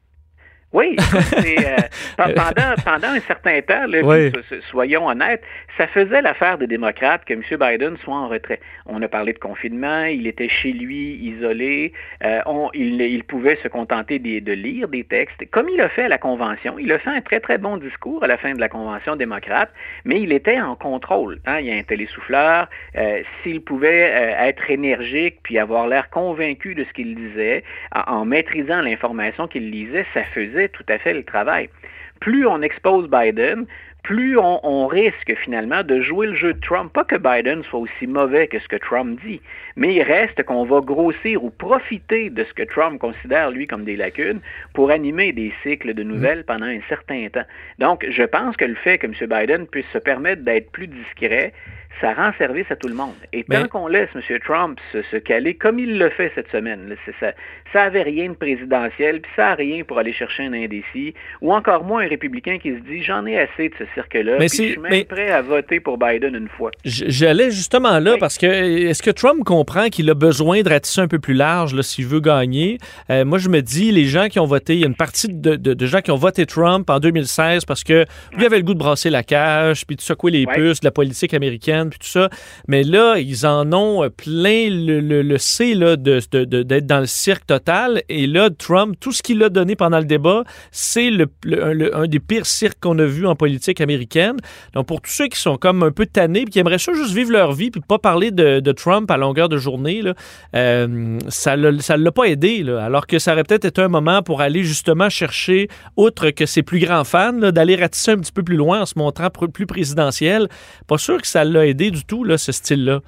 Oui, c'est, euh, pendant, pendant un certain temps, là, oui. puis, soyons honnêtes, ça faisait l'affaire des démocrates que M. Biden soit en retrait. On a parlé de confinement, il était chez lui, isolé, euh, on, il, il pouvait se contenter de, de lire des textes, comme il a fait à la Convention. Il a fait un très, très bon discours à la fin de la Convention démocrate, mais il était en contrôle. Hein? Il y a un télésouffleur. Euh, s'il pouvait euh, être énergique puis avoir l'air convaincu de ce qu'il disait, en, en maîtrisant l'information qu'il lisait, ça faisait tout à fait le travail. Plus on expose Biden, plus on, on risque finalement de jouer le jeu de Trump. Pas que Biden soit aussi mauvais que ce que Trump dit, mais il reste qu'on va grossir ou profiter de ce que Trump considère, lui, comme des lacunes pour animer des cycles de nouvelles pendant un certain temps. Donc, je pense que le fait que M. Biden puisse se permettre d'être plus discret, ça rend service à tout le monde. Et tant Mais... qu'on laisse M. Trump se, se caler, comme il le fait cette semaine, là, c'est ça, ça avait rien de présidentiel, puis ça n'a rien pour aller chercher un indécis, ou encore moins un républicain qui se dit « j'en ai assez de ce cirque-là, puis je suis même Mais... prêt à voter pour Biden une fois ». J'allais justement là, oui. parce que est-ce que Trump comprend qu'il a besoin de ratisser un peu plus large là, s'il veut gagner? Euh, moi, je me dis, les gens qui ont voté, il y a une partie de, de, de gens qui ont voté Trump en deux mille seize parce que lui avait le goût de brasser la cage, puis de secouer les ouais. puces de la politique américaine, puis tout ça. Mais là, ils en ont plein le, le, le C là, de, de, de, d'être dans le cirque total. Et là, Trump, tout ce qu'il a donné pendant le débat, c'est le, le, le, un des pires cirques qu'on a vu en politique américaine. Donc, pour tous ceux qui sont comme un peu tannés et qui aimeraient ça juste vivre leur vie puis pas parler de, de Trump à longueur de journée, là, euh, ça ne l'a pas aidé. Là, alors que ça aurait peut-être été un moment pour aller justement chercher, outre que ses plus grands fans, là, d'aller ratisser un petit peu plus loin en se montrant plus présidentiel. Pas sûr que ça l'a aidé du tout, là, ce style-là.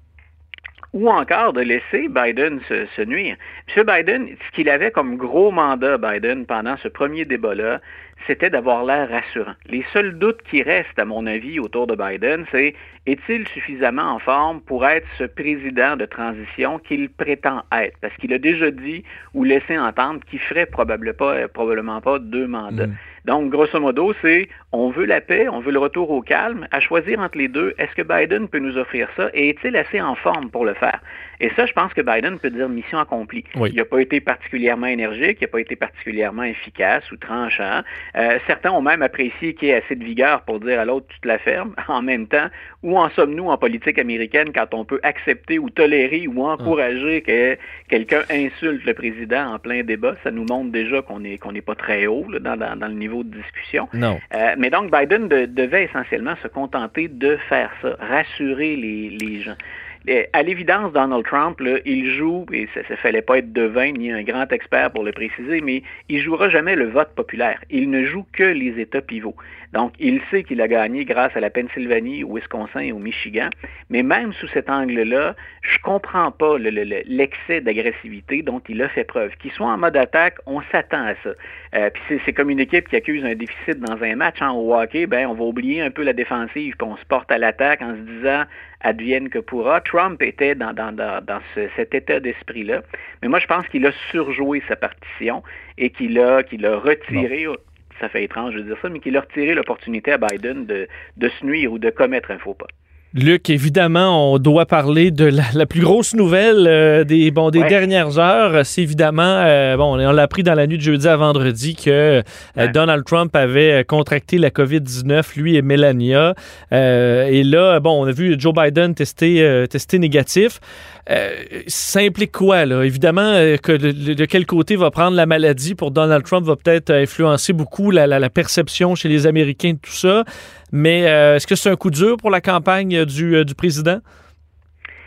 Ou encore de laisser Biden se, se nuire. M. Biden, ce qu'il avait comme gros mandat, Biden, pendant ce premier débat-là, c'était d'avoir l'air rassurant. Les seuls doutes qui restent, à mon avis, autour de Biden, c'est est-il suffisamment en forme pour être ce président de transition qu'il prétend être? Parce qu'il a déjà dit ou laissé entendre qu'il ferait probablement pas, probablement pas deux mandats. Mmh. Donc, grosso modo, c'est on veut la paix, on veut le retour au calme. À choisir entre les deux, est-ce que Biden peut nous offrir ça et est-il assez en forme pour le faire? Et ça, je pense que Biden peut dire mission accomplie. Oui. Il n'a pas été particulièrement énergique, il n'a pas été particulièrement efficace ou tranchant. Euh, certains ont même apprécié qu'il y ait assez de vigueur pour dire à l'autre, tu te la fermes. En même temps, où en sommes-nous en politique américaine quand on peut accepter ou tolérer ou encourager que quelqu'un insulte le président en plein débat? Ça nous montre déjà qu'on n'est qu'on n'est pas très haut là, dans, dans, dans le niveau de discussion. Non. Euh, mais donc, Biden de, devait essentiellement se contenter de faire ça, rassurer les, les gens. À l'évidence, Donald Trump, là, il joue, et ça ne fallait pas être devin ni un grand expert pour le préciser, mais il jouera jamais le vote populaire. Il ne joue que les États pivots. Donc, il sait qu'il a gagné grâce à la Pennsylvanie, au Wisconsin et au Michigan, mais même sous cet angle-là, je comprends pas le, le, l'excès d'agressivité dont il a fait preuve. Qu'il soit en mode attaque, on s'attend à ça. Euh, puis c'est, c'est comme une équipe qui accuse un déficit dans un match en au hockey, ben on va oublier un peu la défensive, puis on se porte à l'attaque en se disant advienne que pourra. Trump était dans, dans, dans, dans ce, cet état d'esprit-là. Mais moi, je pense qu'il a surjoué sa partition et qu'il a, qu'il a retiré... Non. Ça fait étrange de dire ça, mais qu'il a retiré l'opportunité à Biden de, de se nuire ou de commettre un faux pas. Luc, évidemment, on doit parler de la, la plus grosse nouvelle euh, des, bon, des ouais. dernières heures. C'est évidemment, euh, bon, on l'a appris dans la nuit de jeudi à vendredi que euh, ouais. Donald Trump avait contracté la covid dix-neuf, lui et Melania. Euh, et là, bon, on a vu Joe Biden tester, euh, tester négatif. Euh, ça implique quoi, là? Évidemment, euh, que de, de quel côté va prendre la maladie pour Donald Trump va peut-être influencer beaucoup la, la, la perception chez les Américains de tout ça. Mais euh, est-ce que c'est un coup dur pour la campagne du, euh, du président?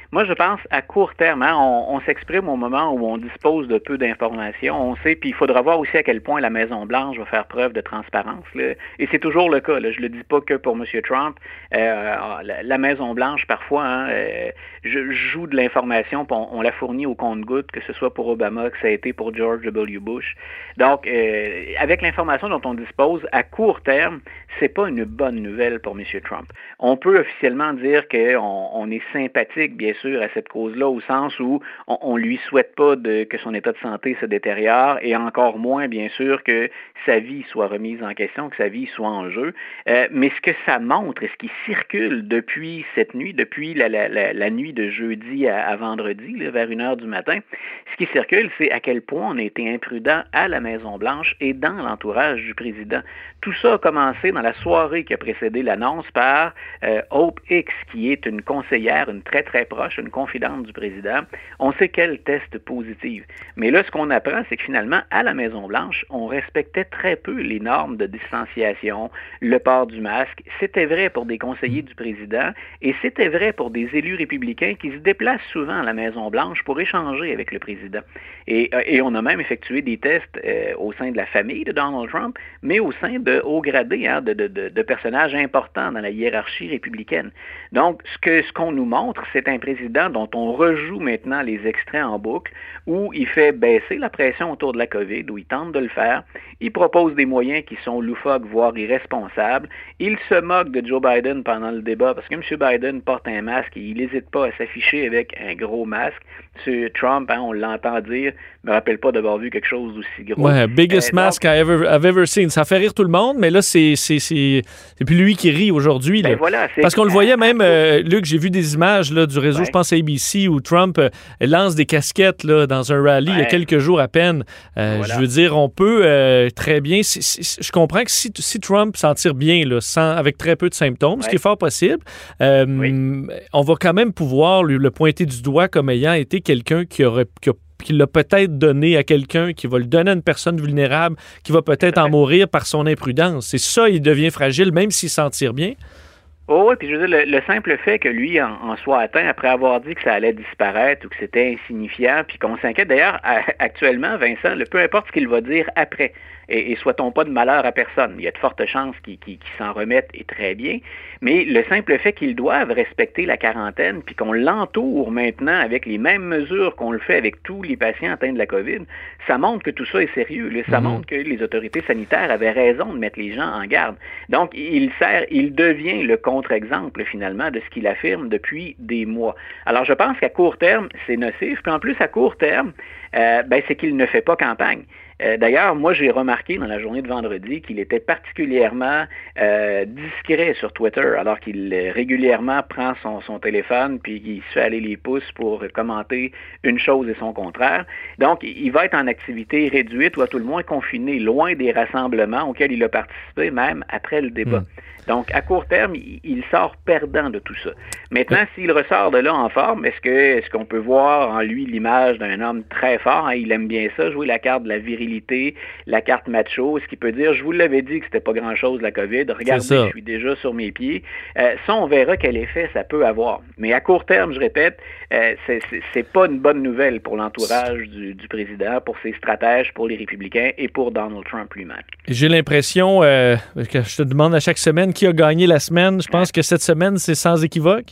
Moi, je pense à court terme. Hein, on, on s'exprime au moment où on dispose de peu d'informations. On sait, puis il faudra voir aussi à quel point la Maison-Blanche va faire preuve de transparence. Là. Et c'est toujours le cas. Là. Je le dis pas que pour M. Trump. Euh, la, la Maison-Blanche, parfois, hein, euh, je, je joue de l'information, puis on, on la fournit au compte-gouttes, que ce soit pour Obama, que ça a été pour George W. Bush. Donc, euh, avec l'information dont on dispose, à court terme, c'est pas une bonne nouvelle pour M. Trump. On peut officiellement dire qu'on on est sympathique, bien sûr, à cette cause-là, au sens où on, on lui souhaite pas de, que son état de santé se détériore, et encore moins, bien sûr, que sa vie soit remise en question, que sa vie soit en jeu. Euh, mais ce que ça montre, et ce qui circule depuis cette nuit, depuis la, la, la, la nuit de jeudi à, à vendredi, là, vers une heure du matin, ce qui circule, c'est à quel point on a été imprudent à la Maison-Blanche et dans l'entourage du président. Tout ça a commencé dans la soirée qui a précédé l'annonce par euh, Hope Hicks, qui est une conseillère, une très très proche, une confidente du président. On sait qu'elle teste positive. Mais là, ce qu'on apprend, c'est que finalement, à la Maison-Blanche, on respectait très peu les normes de distanciation, le port du masque. C'était vrai pour des conseillers du président et c'était vrai pour des élus républicains qui se déplacent souvent à la Maison-Blanche pour échanger avec le président. Et, et on a même effectué des tests euh, au sein de la famille de Donald Trump, mais au sein de hauts gradés, hein, de, de, de, de personnages importants dans la hiérarchie républicaine. Donc, ce que ce qu'on nous montre, c'est un président dont on rejoue maintenant les extraits en boucle, où il fait baisser la pression autour de la COVID, où il tente de le faire. Il propose des moyens qui sont loufoques, voire irresponsables. Il se moque de Joe Biden pendant le débat, parce que M. Biden porte un masque et il n'hésite pas à s'afficher avec un gros masque. M. Trump, hein, on l'entend dire, je me rappelle pas d'avoir vu quelque chose d'aussi gros. Ouais, biggest euh, mask donc, I ever, I've ever seen. Ça fait rire tout le monde, mais là, c'est, c'est, c'est, c'est plus lui qui rit aujourd'hui. Ben là. voilà, c'est parce qu'on le voyait même, euh, Luc, j'ai vu des images là, du réseau, ouais. je pense à A B C, où Trump euh, lance des casquettes là, dans un rallye ouais. il y a quelques jours à peine. Euh, voilà. Je veux dire, on peut euh, très bien... Si, si, je comprends que si, si Trump s'en tire bien, là, sans, avec très peu de symptômes, ouais. ce qui est fort possible, euh, oui. on va quand même pouvoir lui, le pointer du doigt comme ayant été quelqu'un qui aurait... Qui a qu'il l'a peut-être donné à quelqu'un, qui va le donner à une personne vulnérable, qui va peut-être en mourir par son imprudence. C'est ça, il devient fragile, même s'il s'en tire bien. Oh oui, puis je veux dire, le, le simple fait que lui en, en soit atteint après avoir dit que ça allait disparaître ou que c'était insignifiant, puis qu'on s'inquiète. D'ailleurs, à, actuellement, Vincent, le, peu importe ce qu'il va dire après, et, et souhaitons pas de malheur à personne, il y a de fortes chances qu'il, qu'il, qu'il s'en remette, et très bien, mais le simple fait qu'ils doivent respecter la quarantaine, puis qu'on l'entoure maintenant avec les mêmes mesures qu'on le fait avec tous les patients atteints de la COVID, ça montre que tout ça est sérieux. Là. Ça mmh. montre que les autorités sanitaires avaient raison de mettre les gens en garde. Donc, il sert, il devient le contre-exemple, finalement, de ce qu'il affirme depuis des mois. Alors, je pense qu'à court terme, c'est nocif, puis en plus, à court terme, euh, ben, c'est qu'il ne fait pas campagne. Euh, d'ailleurs, moi, j'ai remarqué dans la journée de vendredi qu'il était particulièrement euh, discret sur Twitter, alors qu'il euh, régulièrement prend son, son téléphone puis qu'il se fait aller les pouces pour commenter une chose et son contraire. Donc, il va être en activité réduite ou à tout le moins confiné, loin des rassemblements auxquels il a participé, même après le débat. Mmh. Donc, à court terme, il sort perdant de tout ça. Maintenant, s'il ressort de là en forme, est-ce que est-ce qu'on peut voir en lui l'image d'un homme très fort? Hein? Il aime bien ça, jouer la carte de la virilité, la carte macho. Est-ce qu'il peut dire, je vous l'avais dit que c'était pas grand-chose la COVID, regardez, je suis déjà sur mes pieds. Euh, ça, on verra quel effet ça peut avoir. Mais à court terme, je répète, euh, c'est, c'est, c'est pas une bonne nouvelle pour l'entourage du, du président, pour ses stratèges, pour les républicains et pour Donald Trump lui-même. J'ai l'impression euh, que je te demande à chaque semaine qui a gagné la semaine. Je pense que cette semaine, c'est sans équivoque.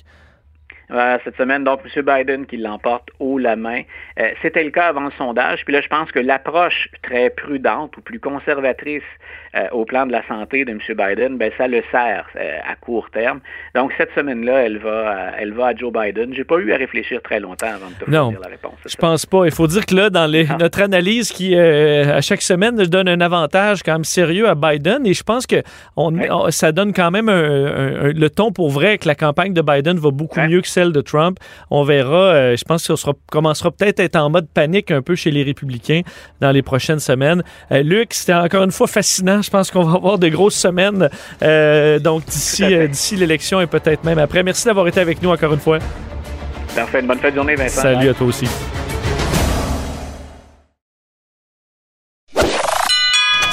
Euh, cette semaine, donc, M. Biden qui l'emporte haut la main. Euh, c'était le cas avant le sondage. Puis là, je pense que l'approche très prudente ou plus conservatrice euh, au plan de la santé de M. Biden, ben ça le sert euh, à court terme. Donc, cette semaine-là, elle va, euh, elle va à Joe Biden. J'ai pas eu à réfléchir très longtemps avant de te non, dire la réponse. Je pense pas. Il faut dire que là, dans les, ah. notre analyse qui, euh, à chaque semaine, donne un avantage quand même sérieux à Biden. Et je pense que on, ouais. on, ça donne quand même un, un, un, le ton pour vrai que la campagne de Biden va beaucoup ouais. mieux que celle de Trump. On verra. Euh, je pense qu'on sera, commencera peut-être à être en mode panique un peu chez les républicains dans les prochaines semaines. Euh, Luc, c'était encore une fois fascinant. Je pense qu'on va avoir de grosses semaines euh, donc d'ici, euh, d'ici l'élection et peut-être même après. Merci d'avoir été avec nous encore une fois. Parfait. Une bonne fin de journée, Vincent. Salut à toi aussi.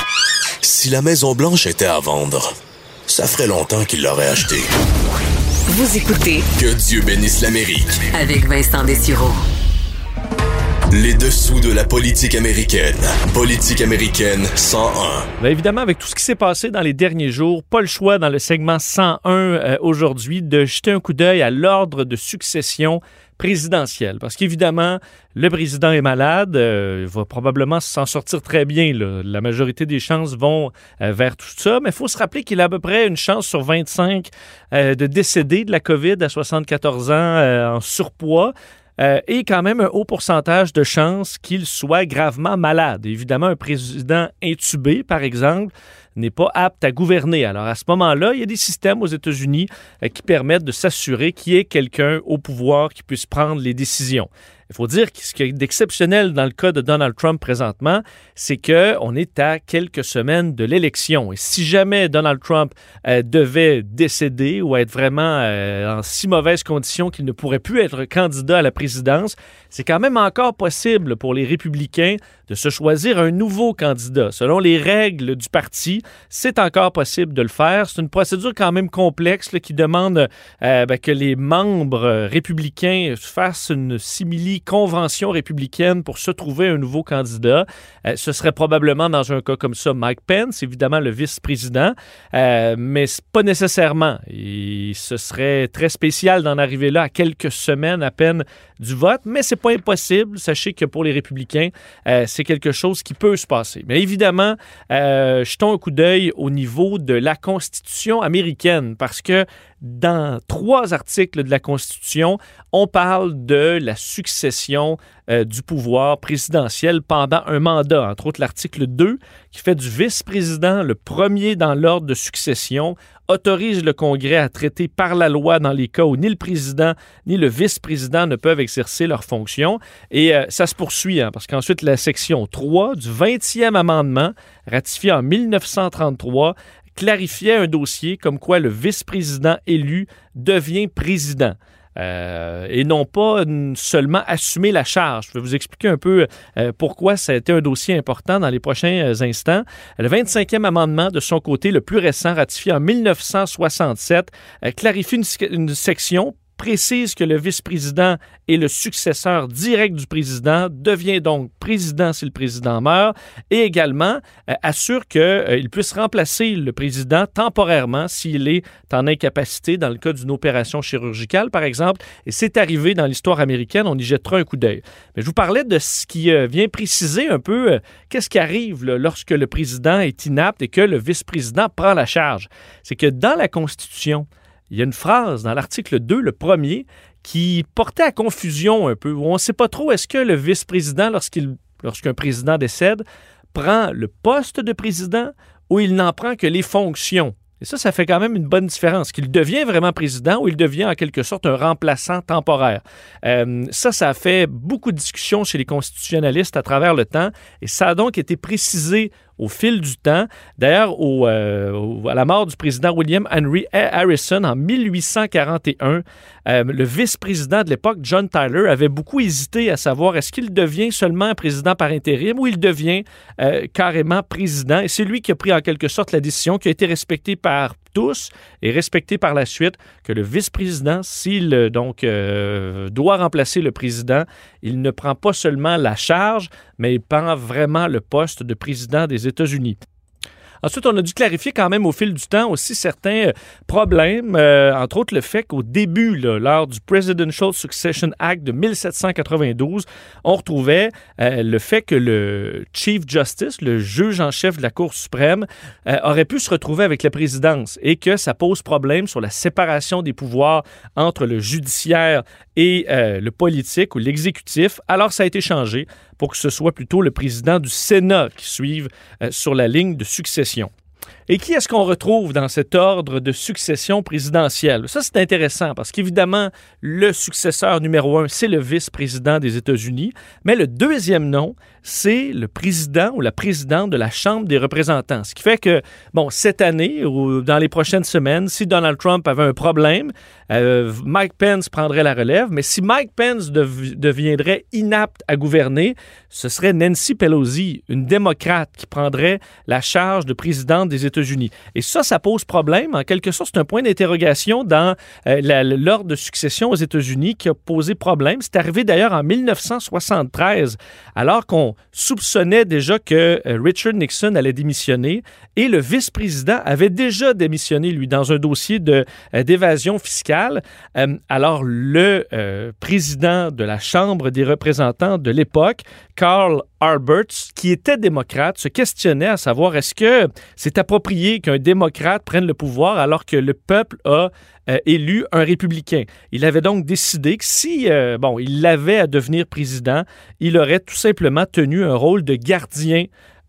Si la Maison-Blanche était à vendre, ça ferait longtemps qu'il l'aurait achetée. Vous écoutez Que Dieu bénisse l'Amérique avec Vincent Dessureau. Les dessous de la politique américaine. Politique américaine cent un. Bien évidemment, avec tout ce qui s'est passé dans les derniers jours, pas le choix dans le segment cent un euh, aujourd'hui de jeter un coup d'œil à l'ordre de succession présidentielle. Parce qu'évidemment, le président est malade, euh, il va probablement s'en sortir très bien, là. La majorité des chances vont euh, vers tout ça, mais il faut se rappeler qu'il a à peu près une chance sur vingt-cinq euh, de décéder de la COVID à soixante-quatorze ans euh, en surpoids. Euh, et quand même un haut pourcentage de chances qu'il soit gravement malade. Évidemment, un président intubé, par exemple, n'est pas apte à gouverner. Alors, à ce moment-là, il y a des systèmes aux États-Unis euh, qui permettent de s'assurer qu'il y ait quelqu'un au pouvoir qui puisse prendre les décisions. Il faut dire que ce qui est d'exceptionnel dans le cas de Donald Trump présentement, c'est qu'on est à quelques semaines de l'élection. Et si jamais Donald Trump euh, devait décéder ou être vraiment euh, en si mauvaise condition qu'il ne pourrait plus être candidat à la présidence, c'est quand même encore possible pour les républicains de se choisir un nouveau candidat. Selon les règles du parti, c'est encore possible de le faire. C'est une procédure quand même complexe là, qui demande euh, ben, que les membres républicains fassent une simili-convention républicaine pour se trouver un nouveau candidat. Euh, ce serait probablement, dans un cas comme ça, Mike Pence, évidemment le vice-président, euh, mais pas nécessairement. Et ce serait très spécial d'en arriver là à quelques semaines à peine du vote, mais c'est pas impossible. Sachez que pour les républicains, euh, c'est quelque chose qui peut se passer. Mais évidemment, euh, jetons un coup d'œil au niveau de la Constitution américaine, parce que dans trois articles de la Constitution, on parle de la succession euh, du pouvoir présidentiel pendant un mandat. Entre autres, l'article deux, qui fait du vice-président le premier dans l'ordre de succession, autorise le Congrès à traiter par la loi dans les cas où ni le président ni le vice-président ne peuvent exercer leurs fonctions. Et euh, ça se poursuit, hein, parce qu'ensuite, la section trois du vingtième amendement, ratifié en mille neuf cent trente-trois, clarifiait un dossier comme quoi le vice-président élu devient président. Euh, et non pas seulement assumer la charge. Je vais vous expliquer un peu euh, pourquoi ça a été un dossier important dans les prochains euh, instants. Le vingt-cinquième amendement, de son côté, le plus récent, ratifié en mille neuf cent soixante-sept, euh, clarifie une, une section précise que le vice-président est le successeur direct du président, devient donc président si le président meurt, et également euh, assure qu'il euh, puisse remplacer le président temporairement s'il est en incapacité dans le cas d'une opération chirurgicale, par exemple. Et c'est arrivé dans l'histoire américaine, on y jettera un coup d'œil. Mais je vous parlais de ce qui euh, vient préciser un peu euh, qu'est-ce qui arrive là, lorsque le président est inapte et que le vice-président prend la charge. C'est que dans la Constitution, il y a une phrase dans l'article deux, le premier, qui portait à confusion un peu, où on ne sait pas trop est-ce que le vice-président, lorsqu'il, lorsqu'un président décède, prend le poste de président ou il n'en prend que les fonctions. Et ça, ça fait quand même une bonne différence, qu'il devient vraiment président ou il devient en quelque sorte un remplaçant temporaire. Euh, ça, ça a fait beaucoup de discussions chez les constitutionnalistes à travers le temps et ça a donc été précisé au fil du temps. D'ailleurs, au, euh, au, à la mort du président William Henry Harrison en mille huit cent quarante et un, euh, le vice-président de l'époque, John Tyler, avait beaucoup hésité à savoir est-ce qu'il devient seulement président par intérim ou il devient euh, carrément président. Et c'est lui qui a pris en quelque sorte la décision qui a été respectée par tous et respectée par la suite, que le vice-président, s'il donc euh, doit remplacer le président, il ne prend pas seulement la charge, mais il prend vraiment le poste de président des États-Unis. Ensuite, on a dû clarifier quand même au fil du temps aussi certains problèmes, euh, entre autres le fait qu'au début, là, lors du Presidential Succession Act de mille sept cent quatre-vingt-douze, on retrouvait euh, le fait que le Chief Justice, le juge en chef de la Cour suprême, euh, aurait pu se retrouver avec la présidence et que ça pose problème sur la séparation des pouvoirs entre le judiciaire et euh, le politique ou l'exécutif. Alors, ça a été changé pour que ce soit plutôt le président du Sénat qui suive euh, sur la ligne de succession. Et qui est-ce qu'on retrouve dans cet ordre de succession présidentielle? Ça, c'est intéressant parce qu'évidemment, le successeur numéro un, c'est le vice-président des États-Unis, mais le deuxième nom, c'est le président ou la présidente de la Chambre des représentants. Ce qui fait que, bon, cette année ou dans les prochaines semaines, si Donald Trump avait un problème, euh, Mike Pence prendrait la relève, mais si Mike Pence dev- deviendrait inapte à gouverner, ce serait Nancy Pelosi, une démocrate, qui prendrait la charge de présidente des États-Unis États-Unis. Et ça, ça pose problème. En quelque sorte, c'est un point d'interrogation dans euh, la, l'ordre de succession aux États-Unis qui a posé problème. C'est arrivé d'ailleurs en dix-neuf cent soixante-treize, alors qu'on soupçonnait déjà que euh, Richard Nixon allait démissionner et le vice-président avait déjà démissionné, lui, dans un dossier de, euh, d'évasion fiscale. Euh, alors, le euh, président de la Chambre des représentants de l'époque, Carl Alberts, qui était démocrate, se questionnait à savoir est-ce que c'est approprié qu'un démocrate prenne le pouvoir alors que le peuple a euh, élu un républicain. Il avait donc décidé que si, euh, bon, il l'avait à devenir président, il aurait tout simplement tenu un rôle de gardien,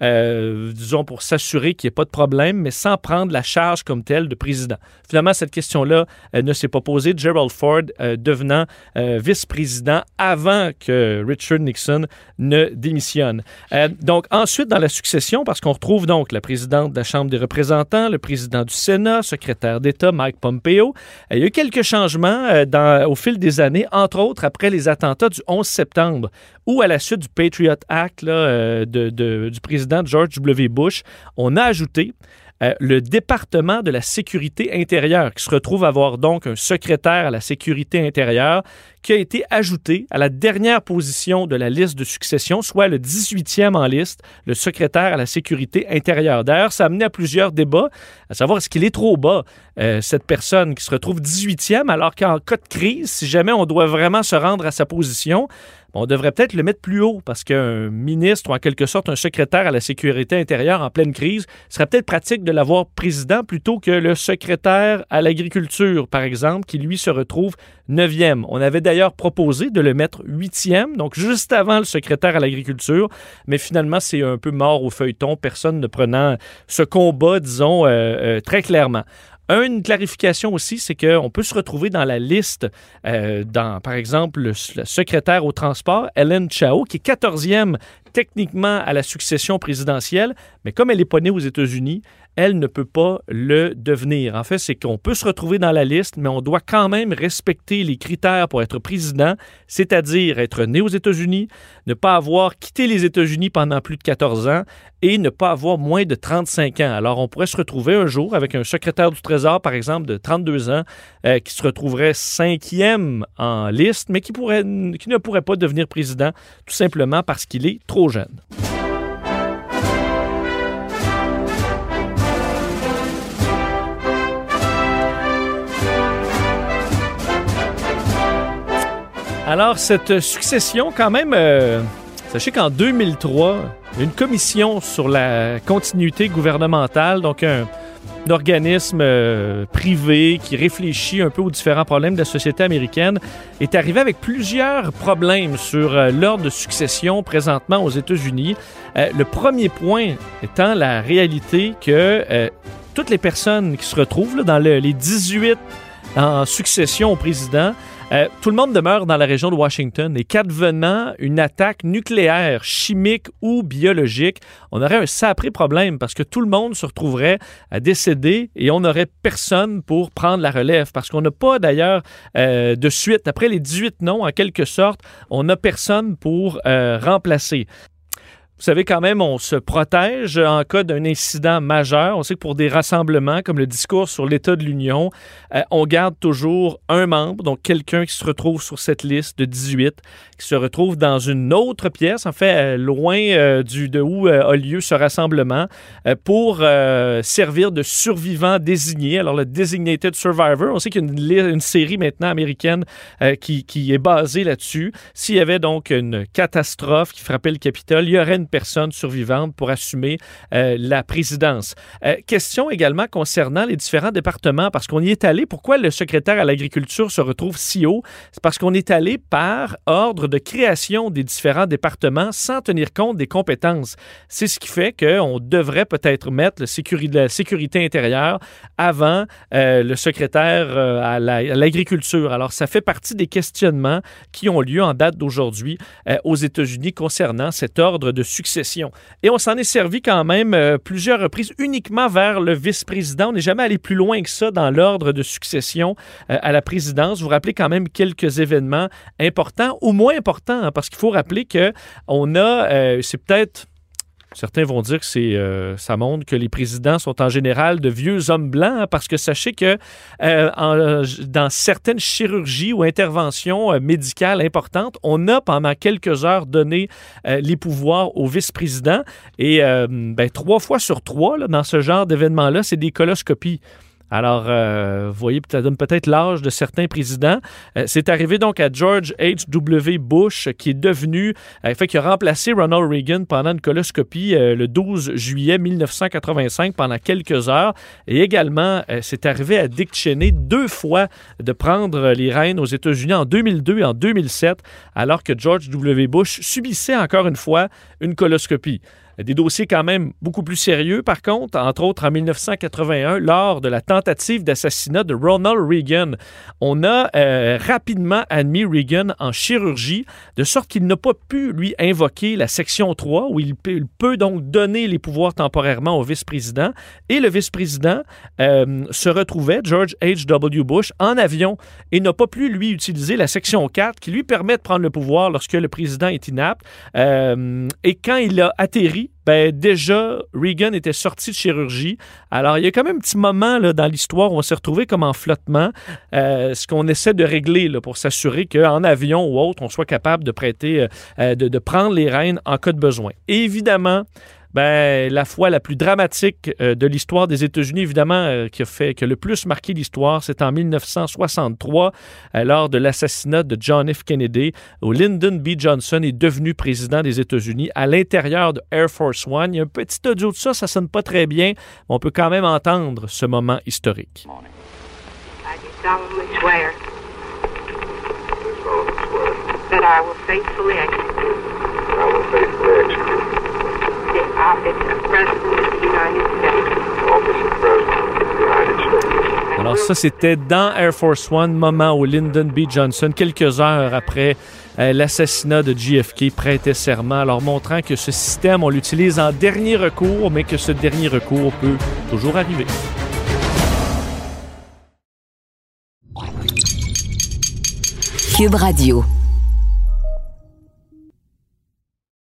Euh, disons, pour s'assurer qu'il n'y ait pas de problème, mais sans prendre la charge comme telle de président. Finalement, cette question-là euh, ne s'est pas posée. Gerald Ford euh, devenant euh, vice-président avant que Richard Nixon ne démissionne. Euh, donc, ensuite, dans la succession, parce qu'on retrouve donc la présidente de la Chambre des représentants, le président du Sénat, secrétaire d'État Mike Pompeo. Euh, il y a eu quelques changements euh, dans, au fil des années, entre autres après les attentats du onze septembre, où à la suite du Patriot Act là, euh, de, de, du président George W. Bush, on a ajouté euh, le département de la sécurité intérieure, qui se retrouve avoir donc un secrétaire à la sécurité intérieure, qui a été ajouté à la dernière position de la liste de succession, soit le dix-huitième en liste, le secrétaire à la sécurité intérieure. D'ailleurs, ça a amené à plusieurs débats, à savoir est-ce qu'il est trop bas, euh, cette personne qui se retrouve dix-huitième, alors qu'en cas de crise, si jamais on doit vraiment se rendre à sa position, on devrait peut-être le mettre plus haut parce qu'un ministre ou en quelque sorte un secrétaire à la sécurité intérieure en pleine crise serait peut-être pratique de l'avoir président plutôt que le secrétaire à l'agriculture, par exemple, qui lui se retrouve neuvième. On avait d'ailleurs proposé de le mettre huitième, donc juste avant le secrétaire à l'agriculture, mais finalement c'est un peu mort au feuilleton, personne ne prenant ce combat, disons, euh, euh, très clairement. Une clarification aussi, c'est qu'on peut se retrouver dans la liste, euh, dans, par exemple, le, le secrétaire au transport, Ellen Chao, qui est quatorzième techniquement à la succession présidentielle, mais comme elle n'est pas née aux États-Unis, elle ne peut pas le devenir. En fait, c'est qu'on peut se retrouver dans la liste, mais on doit quand même respecter les critères pour être président, c'est-à-dire être né aux États-Unis, ne pas avoir quitté les États-Unis pendant plus de quatorze ans et ne pas avoir moins de trente-cinq ans. Alors, on pourrait se retrouver un jour avec un secrétaire du Trésor, par exemple, de trente-deux ans, euh, qui se retrouverait cinquième en liste, mais qui, pourrait, qui ne pourrait pas devenir président, tout simplement parce qu'il est trop jeune. Alors, cette succession, quand même, euh, sachez qu'en deux mille trois, il y a une commission sur la continuité gouvernementale, donc un, un organisme euh, privé qui réfléchit un peu aux différents problèmes de la société américaine, est arrivé avec plusieurs problèmes sur euh, l'ordre de succession présentement aux États-Unis. Euh, le premier point étant la réalité que euh, toutes les personnes qui se retrouvent là, dans le, les dix-huit en succession au président, Euh, tout le monde demeure dans la région de Washington et qu'advenant une attaque nucléaire, chimique ou biologique, on aurait un sacré problème parce que tout le monde se retrouverait à décéder et on n'aurait personne pour prendre la relève parce qu'on n'a pas d'ailleurs euh, de suite. Après les dix-huit noms, en quelque sorte, on n'a personne pour euh, remplacer. Vous savez, quand même, on se protège en cas d'un incident majeur. On sait que pour des rassemblements, comme le discours sur l'État de l'Union, euh, on garde toujours un membre, donc quelqu'un qui se retrouve sur cette liste de dix-huit, qui se retrouve dans une autre pièce, en fait, euh, loin euh, du, de où euh, a lieu ce rassemblement, euh, pour euh, servir de survivant désigné. Alors, le Designated Survivor, on sait qu'il y a une, une série maintenant américaine euh, qui, qui est basée là-dessus. S'il y avait donc une catastrophe qui frappait le Capitole, il y aurait une personne survivante pour assumer euh, la présidence. Euh, question également concernant les différents départements, parce qu'on y est allé. Pourquoi le secrétaire à l'agriculture se retrouve si haut? C'est parce qu'on est allé par ordre de création des différents départements sans tenir compte des compétences. C'est ce qui fait qu'on devrait peut-être mettre le sécuri- la sécurité intérieure avant euh, le secrétaire euh, à, la, à l'agriculture. Alors, ça fait partie des questionnements qui ont lieu en date d'aujourd'hui euh, aux États-Unis concernant cet ordre de succession. Et on s'en est servi quand même euh, plusieurs reprises uniquement vers le vice-président. On n'est jamais allé plus loin que ça dans l'ordre de succession euh, à la présidence. Vous vous rappelez quand même quelques événements importants ou moins importants, hein, parce qu'il faut rappeler qu'on a, euh, c'est peut-être Certains vont dire que c'est, euh, ça montre que les présidents sont en général de vieux hommes blancs, hein, parce que sachez que euh, en, dans certaines chirurgies ou interventions euh, médicales importantes, on a pendant quelques heures donné euh, les pouvoirs au vice-président. Et euh, ben, trois fois sur trois, là, dans ce genre d'événement-là, c'est des coloscopies. Alors, euh, vous voyez, ça donne peut-être l'âge de certains présidents. Euh, c'est arrivé donc à George H W Bush, qui est devenu, euh, fait, qui a remplacé Ronald Reagan pendant une coloscopie euh, le douze juillet mille neuf cent quatre-vingt-cinq pendant quelques heures. Et également, euh, c'est arrivé à Dick Cheney deux fois de prendre les rênes aux États-Unis en deux mille deux et en deux mille sept, alors que George W Bush subissait encore une fois une coloscopie. Des dossiers quand même beaucoup plus sérieux, par contre, entre autres en mille neuf cent quatre-vingt-un, lors de la tentative d'assassinat de Ronald Reagan. On a euh, rapidement admis Reagan en chirurgie, de sorte qu'il n'a pas pu, lui, invoquer la section trois, où il peut, il peut donc donner les pouvoirs temporairement au vice-président. Et le vice-président euh, se retrouvait, George H W Bush, en avion et n'a pas pu, lui, utiliser la section quatre, qui lui permet de prendre le pouvoir lorsque le président est inapte. Euh, et quand il a atterri, ben déjà, Reagan était sorti de chirurgie. Alors, il y a quand même un petit moment là, dans l'histoire où on s'est retrouvé comme en flottement, euh, ce qu'on essaie de régler là, pour s'assurer qu'en avion ou autre, on soit capable de prêter, euh, de, de prendre les rênes en cas de besoin. Et évidemment, ben, la fois la plus dramatique euh, de l'histoire des États-Unis, évidemment, euh, qui a fait, qui a le plus marqué l'histoire, c'est en mille neuf cent soixante-trois, euh, lors de l'assassinat de John F. Kennedy, où Lyndon B. Johnson est devenu président des États-Unis à l'intérieur de Air Force One. Il y a un petit audio de ça, ça sonne pas très bien, mais on peut quand même entendre ce moment historique. I do solemnly swear that I will faithfully execute I will faithfully execute the office of President of the United States. Office of President of the United States. Alors ça, c'était dans Air Force One, moment où Lyndon B. Johnson, quelques heures après euh, l'assassinat de J F K, prêtait serment, alors montrant que ce système, on l'utilise en dernier recours, mais que ce dernier recours peut toujours arriver. Cube Radio.